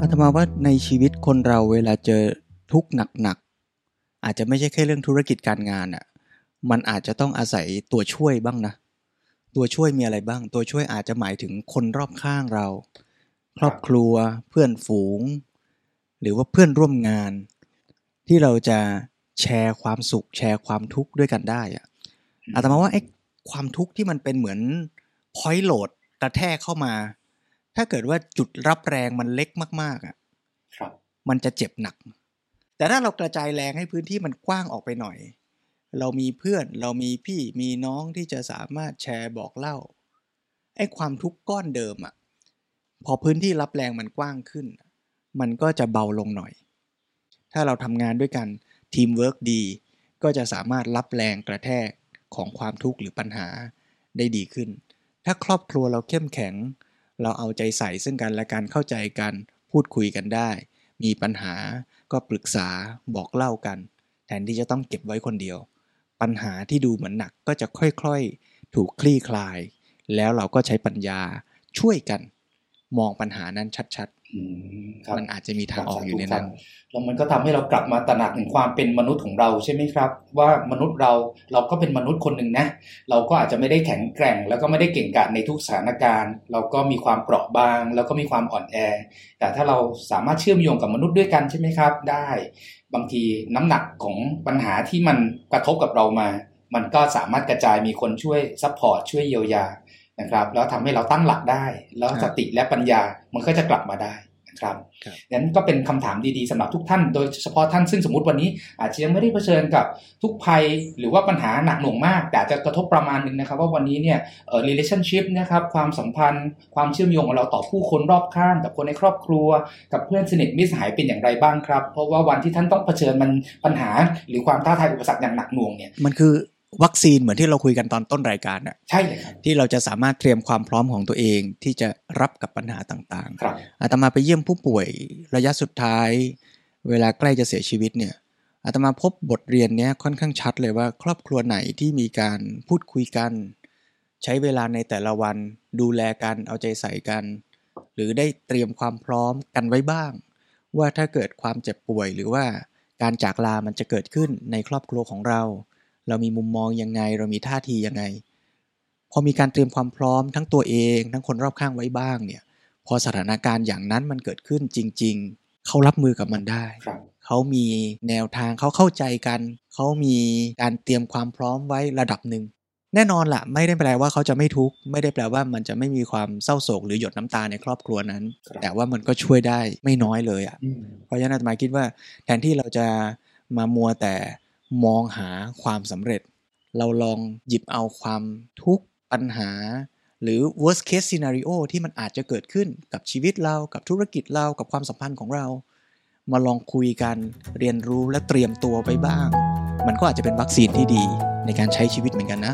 อาตมาว่าในชีวิตคนเราเวลาเจอทุกข์หนักๆอาจจะไม่ใช่แค่เรื่องธุรกิจการงานอ่ะมันอาจจะต้องอาศัยตัวช่วยบ้างนะตัวช่วยมีอะไรบ้างตัวช่วยอาจจะหมายถึงคนรอบข้างเราครอบครัวเพื่อนฝูงหรือว่าเพื่อนร่วมงานที่เราจะแชร์ความสุขแชร์ความทุกข์ด้วยกันได้อ่ะอาตมาว่าไอ้ความทุกข์ที่มันเป็นเหมือนพอยต์โหลดกระแทกเข้ามาถ้าเกิดว่าจุดรับแรงมันเล็กมากๆอ่ะครับมันจะเจ็บหนักแต่ถ้าเรากระจายแรงให้พื้นที่มันกว้างออกไปหน่อยเรามีเพื่อนเรามีพี่มีน้องที่จะสามารถแชร์บอกเล่าไอ้ความทุกข์ก้อนเดิมอ่ะพอพื้นที่รับแรงมันกว้างขึ้นมันก็จะเบาลงหน่อยถ้าเราทำงานด้วยกันทีมเวิร์คดีก็จะสามารถรับแรงกระแทกของความทุกข์หรือปัญหาได้ดีขึ้นถ้าครอบครัวเราเข้มแข็งเราเอาใจใส่ซึ่งกันและกันเข้าใจกันพูดคุยกันได้มีปัญหาก็ปรึกษาบอกเล่ากันแทนที่จะต้องเก็บไว้คนเดียวปัญหาที่ดูเหมือนหนักก็จะค่อยๆถูกคลี่คลายแล้วเราก็ใช้ปัญญาช่วยกันมองปัญหานั้นชัดๆมันอาจจะมีทางออกอยู่ในนั้นแล้วมันก็ทำให้เรากลับมาตระหนักถึงความเป็นมนุษย์ของเราใช่ไหมครับว่ามนุษย์เราเราก็เป็นมนุษย์คนหนึ่งนะเราก็อาจจะไม่ได้แข็งแกร่งแล้วก็ไม่ได้เก่งกาจในทุกสถานการณ์เราก็มีความเปราะบางแล้วก็มีความอ่อนแอแต่ถ้าเราสามารถเชื่อมโยงกับมนุษย์ด้วยกันใช่ไหมครับได้บางทีน้ำหนักของปัญหาที่มันกระทบกับเรามามันก็สามารถกระจายมีคนช่วยซัพพอร์ตช่วยเยียวยานะครับแล้วทำให้เราตั้งหลักได้แล้วสติและปัญญามันก็จะกลับมาได้นะครับนั้นก็เป็นคำถามดีๆสำหรับทุกท่านโดยเฉพาะท่านซึ่งสมมุติวันนี้อาจจะยังไม่ได้เผชิญกับทุกภัยหรือว่าปัญหาหนักหน่วงมากแต่จะกระทบประมาณนึงนะครับว่าวันนี้เนี่ยเอ่อ relationship นะครับความสัมพันธ์ความเชื่อมโยงของเราต่อผู้คนรอบข้างกับคนในครอบครัวกับเพื่อนสนิทมิตรสหายเป็นอย่างไรบ้างครับเพราะว่าวันที่ท่านต้องเผชิญมันปัญหาหรือความท้าทายอุปสรรคอย่างหนักหน่วงเนี่ยมันคือวัคซีนเหมือนที่เราคุยกันตอนต้นรายการน่ะใช่เลยครับที่เราจะสามารถเตรียมความพร้อมของตัวเองที่จะรับกับปัญหาต่างๆอาตมาไปเยี่ยมผู้ป่วยระยะสุดท้ายเวลาใกล้จะเสียชีวิตเนี่ยอาตมาพบบทเรียนเนี้ยค่อนข้างชัดเลยว่าครอบครัวไหนที่มีการพูดคุยกันใช้เวลาในแต่ละวันดูแลกันเอาใจใส่กันหรือได้เตรียมความพร้อมกันไว้บ้างว่าถ้าเกิดความเจ็บป่วยหรือว่าการจากลามันจะเกิดขึ้นในครอบครัวของเราเรามีมุมมองยังไงเรามีท่าทียังไงพอมีการเตรียมความพร้อมทั้งตัวเองทั้งคนรอบข้างไว้บ้างเนี่ยพอสถานการณ์อย่างนั้นมันเกิดขึ้นจริงๆเขารับมือกับมันได้เขามีแนวทางเขาเข้าใจกันเขามีการเตรียมความพร้อมไว้ระดับหนึ่งแน่นอนล่ะไม่ได้แปลว่าเขาจะไม่ทุกข์ไม่ได้แปลว่ามันจะไม่มีความเศร้าโศกหรือหยดน้ำตาในครอบครัวนั้นแต่ว่ามันก็ช่วยได้ไม่น้อยเลยอ่ะเพราะฉะนั้นอาตมาคิดว่าแทนที่เราจะมามัวแต่มองหาความสำเร็จเราลองหยิบเอาความทุกข์ปัญหาหรือ worst case scenario ที่มันอาจจะเกิดขึ้นกับชีวิตเรากับธุรกิจเรากับความสัมพันธ์ของเรามาลองคุยกันเรียนรู้และเตรียมตัวไปบ้างมันก็อาจจะเป็นวัคซีนที่ดีในการใช้ชีวิตเหมือนกันนะ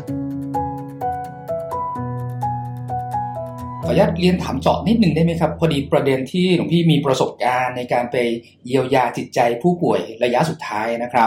ขออนุญาตเรียนถามเจาะนิดนึงได้ไหมครับพอดีประเด็นที่หลวงพี่มีประสบการณ์ในการไปเยียวยาจิตใจผู้ป่วยระยะสุดท้ายนะครับ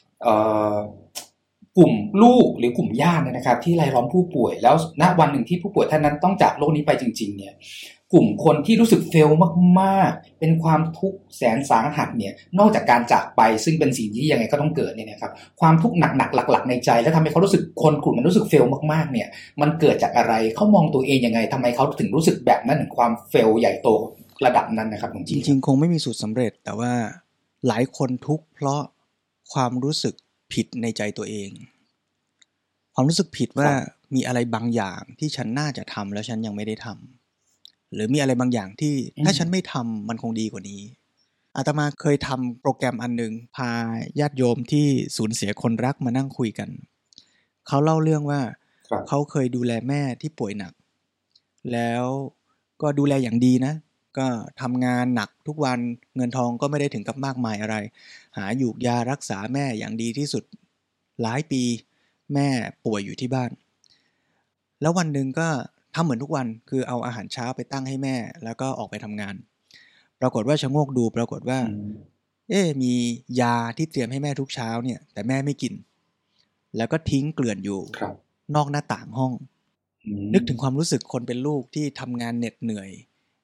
กลุ่มลูกหรือกลุ่มญาตินะครับที่รายล้อมผู้ป่วยแล้วณวันหนึ่งที่ผู้ป่วยท่านนั้นต้องจากโลกนี้ไปจริงๆเนี่ยกลุ่มคนที่รู้สึกเฟลมากๆเป็นความทุกข์แสนสาหัสเนี่ยนอกจากการจากไปซึ่งเป็นสิ่งที่ยังไงก็ต้องเกิดเนี่ยนะครับความทุกข์หนักๆหลักๆในใจแล้วทำให้เขารู้สึกคนกลุ่มมันรู้สึกเฟลมากๆเนี่ยมันเกิดจากอะไรเขามองตัวเองยังไงทำไมเขาถึงรู้สึกแบบนั้นถึงความเฟลใหญ่โตระดับนั้นนะครับจริงๆคงไม่มีสูตรสำเร็จแต่ว่าหลายคนทุกข์เพราะความรู้สึกผิดในใจตัวเองความรู้สึกผิดว่ามีอะไรบางอย่างที่ฉันน่าจะทำแล้วฉันยังไม่ได้ทำหรือมีอะไรบางอย่างที่ถ้าฉันไม่ทำมันคงดีกว่านี้อาตมาเคยทำโปรแกรมอันนึงพาญาติโยมที่สูญเสียคนรักมานั่งคุยกันเขาเล่าเรื่องว่าเขาเคยดูแลแม่ที่ป่วยหนักแล้วก็ดูแลอย่างดีนะก็ทำงานหนักทุกวันเงินทองก็ไม่ได้ถึงกับมากมายอะไรหาหยูกยารักษาแม่อย่างดีที่สุดหลายปีแม่ป่วยอยู่ที่บ้านแล้ววันหนึ่งก็ทำเหมือนทุกวันคือเอาอาหารเช้าไปตั้งให้แม่แล้วก็ออกไปทำงานปรากฏว่าชะโงกดูปรากฏว่าเอ๊ะมียาที่เตรียมให้แม่ทุกเช้าเนี่ยแต่แม่ไม่กินแล้วก็ทิ้งเกลื่อนอยู่นอกหน้าต่างห้องนึกถึงความรู้สึกคนเป็นลูกที่ทำงานเหน็ดเหนื่อย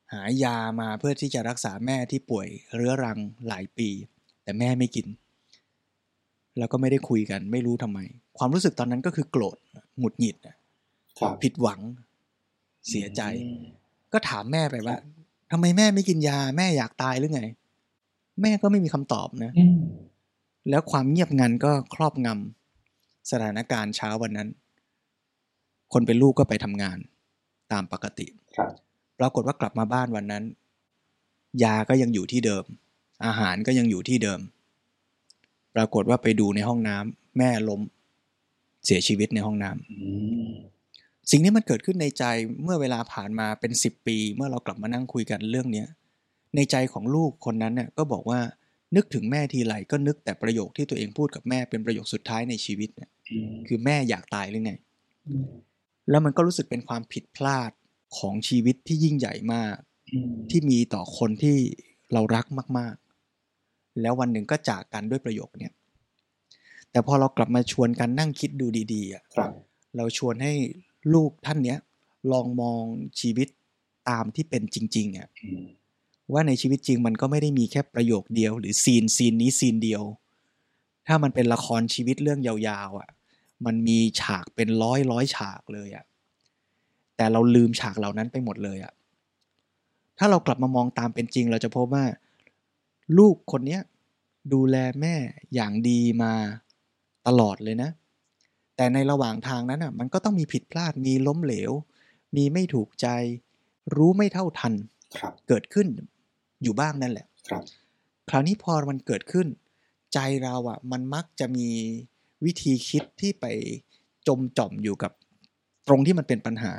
หายามาเพื่อที่จะรักษาแม่ที่ป่วยเรื้อรังหลายปีแต่แม่ไม่กินแล้วก็ไม่ได้คุยกันไม่รู้ทำไมความรู้สึกตอนนั้นก็คือโกรธหงุดหงิดผิดหวังเสียใจก็ถามแม่ไปว่าทำไมแม่ไม่กินยาแม่อยากตายหรือไงแม่ก็ไม่มีคำตอบนะแล้วความเงียบงันก็ครอบงำสถานการณ์เช้าวันนั้นคนเป็นลูกก็ไปทำงานตามปกติปรากฏว่ากลับมาบ้านวันนั้นยาก็ยังอยู่ที่เดิมอาหารก็ยังอยู่ที่เดิมปรากฏว่าไปดูในห้องน้ำแม่ล้มเสียชีวิตในห้องน้ำสิ่งนี้มันเกิดขึ้นในใจเมื่อเวลาผ่านมาเป็นสิบปีเมื่อเรากลับมานั่งคุยกันเรื่องนี้ในใจของลูกคนนั้นเนี่ยก็บอกว่านึกถึงแม่ทีไรก็นึกแต่ประโยคที่ตัวเองพูดกับแม่เป็นประโยคสุดท้ายในชีวิตเนี่ยคือแม่อยากตายหรือไงแล้วมันก็รู้สึกเป็นความผิดพลาดของชีวิตที่ยิ่งใหญ่มากที่มีต่อคนที่เรารักมากๆแล้ววันหนึ่งก็จากกันด้วยประโยคเนี่ยแต่พอเรากลับมาชวนกันนั่งคิดดูดีๆอ่ะเราชวนให้ลูกท่านเนี้ยลองมองชีวิตตามที่เป็นจริงๆอ่ะว่าในชีวิตจริงมันก็ไม่ได้มีแค่ประโยคเดียวหรือซีนซีนนี้ซีนเดียวถ้ามันเป็นละครชีวิตเรื่องยาวๆอ่ะมันมีฉากเป็นร้อยร้อยฉากเลยอ่ะแต่เราลืมฉากเหล่านั้นไปหมดเลยอ่ะถ้าเรากลับมามองตามเป็นจริงเราจะพบว่าลูกคนเนี้ยดูแลแม่อย่างดีมาตลอดเลยนะแต่ในระหว่างทางนั้นอ่ะมันก็ต้องมีผิดพลาดมีล้มเหลวมีไม่ถูกใจรู้ไม่เท่าทันเกิดขึ้นอยู่บ้างนั่นแหละครับคราวนี้พอมันเกิดขึ้นใจเราอ่ะมันมักจะมีวิธีคิดที่ไปจมจ่อมอยู่กับตรงที่มันเป็นปัญหา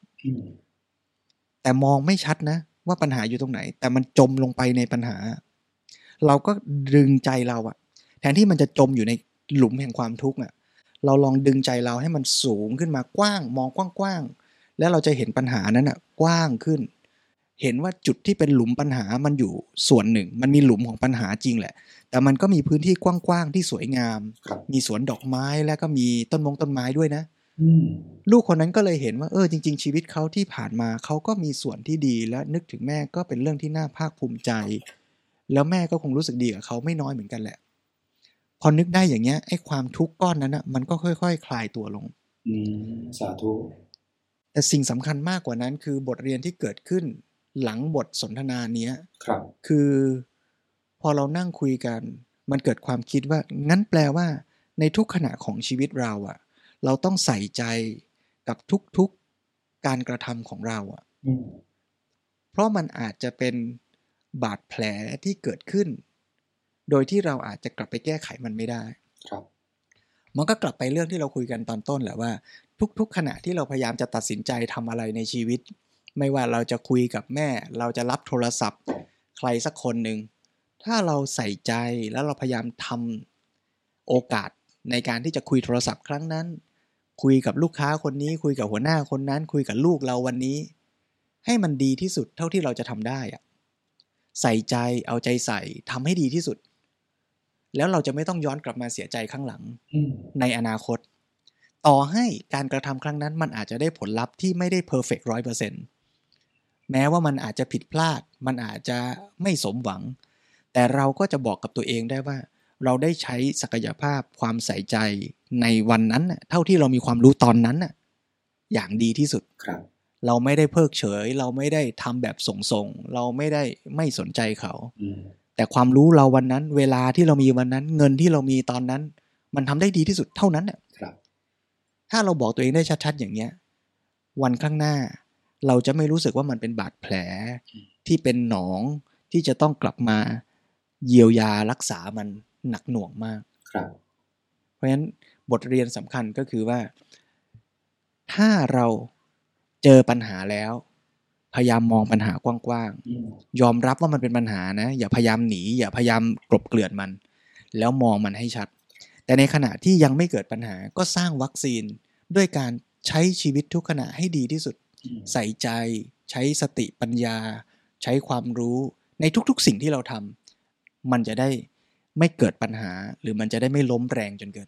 แต่มองไม่ชัดนะว่าปัญหาอยู่ตรงไหนแต่มันจมลงไปในปัญหาเราก็ดึงใจเราอ่ะแทนที่มันจะจมอยู่ในหลุมแห่งความทุกข์อ่ะเราลองดึงใจเราให้มันสูงขึ้นมากว้างมองกว้างๆแล้วเราจะเห็นปัญหานั้นอ่ะกว้างขึ้นเห็นว่าจุดที่เป็นหลุมปัญหามันอยู่ส่วนหนึ่งมันมีหลุมของปัญหาจริงแหละแต่มันก็มีพื้นที่กว้างๆที่สวยงามมีสวนดอกไม้แล้วก็มีต้นมงต้นไม้ด้วยนะลูกคนนั้นก็เลยเห็นว่าเออจริงๆชีวิตเขาที่ผ่านมาเขาก็มีส่วนที่ดีและนึกถึงแม่ก็เป็นเรื่องที่น่าภาคภูมิใจแล้วแม่ก็คงรู้สึกดีกับเขาไม่น้อยเหมือนกันแหละพอนึกได้อย่างเงี้ยไอ้ความทุกข์ก้อนนั้นอ่ะมันก็ค่อยๆ ค, คลายตัวลงอืมสาธุแต่สิ่งสำคัญมากกว่านั้นคือบทเรียนที่เกิดขึ้นหลังบทสนทนาเนี้ยครับคือพอเรานั่งคุยกันมันเกิดความคิดว่างั้นแปลว่าในทุกขณะของชีวิตเราอ่ะเราต้องใส่ใจกับทุกๆการกระทำของเราอ่ะเพราะมันอาจจะเป็นบาดแผลที่เกิดขึ้นโดยที่เราอาจจะกลับไปแก้ไขมันไม่ได้ครับมันก็กลับไปเรื่องที่เราคุยกันตอนต้นแหละว่าทุกๆขณะที่เราพยายามจะตัดสินใจทำอะไรในชีวิตไม่ว่าเราจะคุยกับแม่เราจะรับโทรศัพท์ใครสักคนหนึ่งถ้าเราใส่ใจแล้วเราพยายามทำโอกาสในการที่จะคุยโทรศัพท์ครั้งนั้นคุยกับลูกค้าคนนี้คุยกับหัวหน้าคนนั้นคุยกับลูกเราวันนี้ให้มันดีที่สุดเท่าที่เราจะทำได้อะใส่ใจเอาใจใส่ทำให้ดีที่สุดแล้วเราจะไม่ต้องย้อนกลับมาเสียใจข้างหลังในอนาคตต่อให้การกระทำครั้งนั้นมันอาจจะได้ผลลัพธ์ที่ไม่ได้เพอร์เฟกต์ ร้อยเปอร์เซ็นต์ แม้ว่ามันอาจจะผิดพลาดมันอาจจะไม่สมหวังแต่เราก็จะบอกกับตัวเองได้ว่าเราได้ใช้ศักยภาพความใส่ใจในวันนั้นเท่าที่เรามีความรู้ตอนนั้นอย่างดีที่สุดเราไม่ได้เพิกเฉยเราไม่ได้ทำแบบส่งๆเราไม่ได้ไม่สนใจเขาแต่ความรู้เราวันนั้นเวลาที่เรามีวันนั้นเงินที่เรามีตอนนั้นมันทำได้ดีที่สุดเท่านั้นน่ะถ้าเราบอกตัวเองได้ชัดๆอย่างเนี้ยวันข้างหน้าเราจะไม่รู้สึกว่ามันเป็นบาดแผลที่เป็นหนองที่จะต้องกลับมาเยียวยารักษามันหนักหน่วงมากเพราะฉะนั้นบทเรียนสำคัญก็คือว่าถ้าเราเจอปัญหาแล้วพยายามมองปัญหากว้างๆยอมรับว่ามันเป็นปัญหานะอย่าพยายามหนีอย่าพยายามกลบเกลื่อนมันแล้วมองมันให้ชัดแต่ในขณะที่ยังไม่เกิดปัญหาก็สร้างวัคซีนด้วยการใช้ชีวิตทุกขณะให้ดีที่สุดใส่ใจใช้สติปัญญาใช้ความรู้ในทุกๆสิ่งที่เราทำมันจะได้ไม่เกิดปัญหาหรือมันจะได้ไม่ล้มแรงจนเกินไป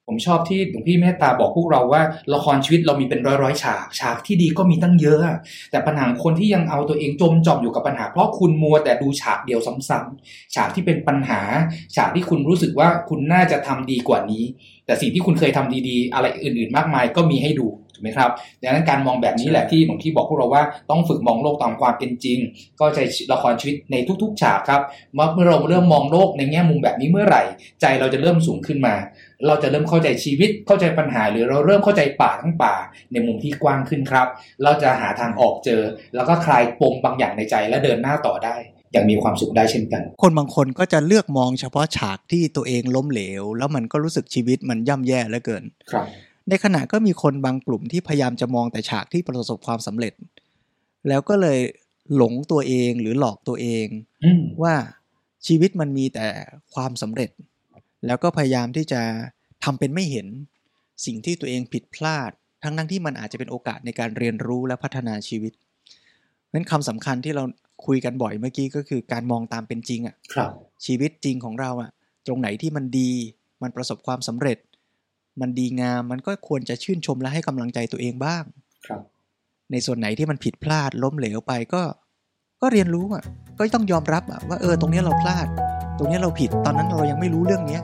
ผมชอบที่หลวงพี่เมตตาบอกพวกเราว่าละครชีวิตเรามีเป็นร้อยๆฉากฉากที่ดีก็มีตั้งเยอะแต่ปัญหาคนที่ยังเอาตัวเองจมจอมอยู่กับปัญหาเพราะคุณมัวแต่ดูฉากเดียวซ้ำๆฉากที่เป็นปัญหาฉากที่คุณรู้สึกว่าคุณน่าจะทำดีกว่านี้แต่สิ่งที่คุณเคยทำดีๆอะไรอื่นๆมากมายก็มีให้ดูถูกไหมครับดังนั้นการมองแบบนี้แหละที่หลวงพี่บอกพวกเราว่าต้องฝึกมองโลกตามความเป็นจริงก็ใจละครชีวิตในทุกๆฉากครับเมื่อเราเริ่มมองโลกในแง่มุมแบบนี้เมื่อไหร่ใจเราจะเริ่มสูงขึ้นมาเราจะเริ่มเข้าใจชีวิตเข้าใจปัญหาหรือเราเริ่มเข้าใจป่าทั้งป่าในมุมที่กว้างขึ้นครับเราจะหาทางออกเจอแล้วก็คลายปมบางอย่างในใจและเดินหน้าต่อได้อย่างมีความสุขได้เช่นกันคนบางคนก็จะเลือกมองเฉพาะฉากที่ตัวเองล้มเหลวแล้วมันก็รู้สึกชีวิตมันย่ำแย่เหลือเกินครับในขณะก็มีคนบางกลุ่มที่พยายามจะมองแต่ฉากที่ประสบความสำเร็จแล้วก็เลยหลงตัวเองหรือหลอกตัวเองว่าชีวิตมันมีแต่ความสำเร็จแล้วก็พยายามที่จะทำเป็นไม่เห็นสิ่งที่ตัวเองผิดพลาดทั้งทั้งที่มันอาจจะเป็นโอกาสในการเรียนรู้และพัฒนาชีวิตนั้นคำสำคัญที่เราคุยกันบ่อยเมื่อกี้ก็คือการมองตามเป็นจริงอ่ะชีวิตจริงของเราอ่ะตรงไหนที่มันดีมันประสบความสำเร็จมันดีงามมันก็ควรจะชื่นชมและให้กำลังใจตัวเองบ้างในส่วนไหนที่มันผิดพลาดล้มเหลวไปก็ก็เรียนรู้อ่ะก็ต้องยอมรับอ่ะว่าเออตรงนี้เราพลาดตรงนี้เราผิดตอนนั้นเรายังไม่รู้เรื่องนี้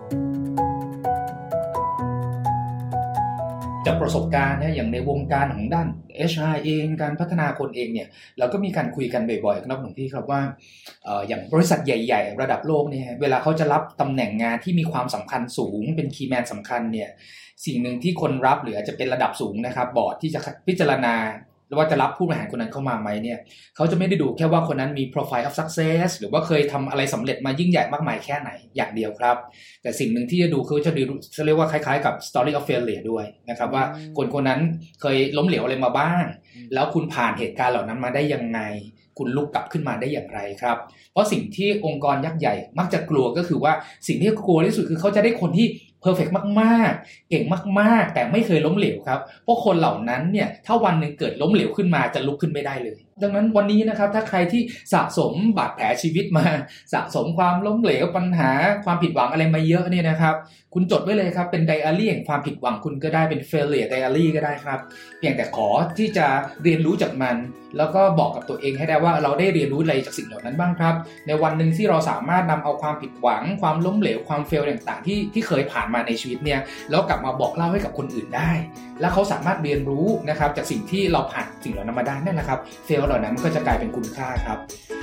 จากประสบการณ์เนี่ยอย่างในวงการของด้าน เอช อาร์ เองการพัฒนาคนเองเนี่ยเราก็มีการคุยกันบ่อยๆครับหลวงพี่ครับว่าเอ่ออย่างบริษัทใหญ่ๆระดับโลกเนี่ยเวลาเขาจะรับตำแหน่งงานที่มีความสำคัญสูงเป็นคีย์แมนสำคัญเนี่ยสิ่งหนึ่งที่คนรับหรืออาจจะเป็นระดับสูงนะครับบอร์ดที่จะพิจารณาว่าจะรับผู้บริหารคนนั้นเข้ามาไหมเนี่ยเขาจะไม่ได้ดูแค่ว่าคนนั้นมี profile of success หรือว่าเคยทำอะไรสำเร็จมายิ่งใหญ่มากมายแค่ไหนอย่างเดียวครับแต่สิ่งหนึ่งที่จะดูคือจะดูจะเรียกว่าคล้ายๆกับ story of failure ด้วยนะครับว่าคนคนนั้นเคยล้มเหลวอะไรมาบ้างแล้วคุณผ่านเหตุการณ์เหล่านั้นมาได้ยังไงคุณลุกกลับขึ้นมาได้อย่างไรครับเพราะสิ่งที่องค์กรยักษ์ใหญ่มักจะกลัวก็คือว่าสิ่งที่กลัวที่สุดคือเขาจะได้คนที่เพอร์เฟกต์มากๆเก่งมากๆแต่ไม่เคยล้มเหลวครับเพราะคนเหล่านั้นเนี่ยถ้าวันนึงเกิดล้มเหลวขึ้นมาจะลุกขึ้นไม่ได้เลยดังนั้นวันนี้นะครับถ้าใครที่สะสมบาดแผลชีวิตมาสะสมความล้มเหลวปัญหาความผิดหวังอะไรมาเยอะเนี่ยนะครับคุณจดไว้เลยครับเป็นไดอารี่แห่งความผิดหวังคุณก็ได้เป็น failure diary ก็ได้ครับเพียงแต่ขอที่จะเรียนรู้จากมันแล้วก็บอกกับตัวเองให้ได้ว่าเราได้เรียนรู้อะไรจากสิ่งเหล่านั้นบ้างครับในวันนึงที่เราสามารถนำเอาความผิดหวังความล้มเหลวความเฟลต่างๆที่ที่เคยผ่านมาในชีวิตเนี่ยแล้วกลับมาบอกเล่าให้กับคนอื่นได้แล้วเขาสามารถเรียนรู้นะครับจากสิ่งที่เราผ่านสิ่งเหล่านั้นมาได้นั่นแหละครับเฟลเหล่านั้นมันก็จะกลายเป็นคุณค่าครับ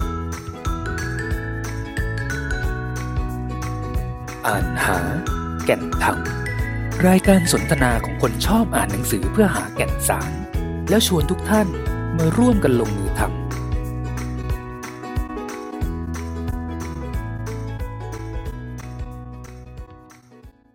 อ่านหาแก่นธรรมรายการสนทนาของคนชอบอ่านหนังสือเพื่อหาแก่นสารแล้วชวนทุกท่านมาร่วมกันลงมือทำ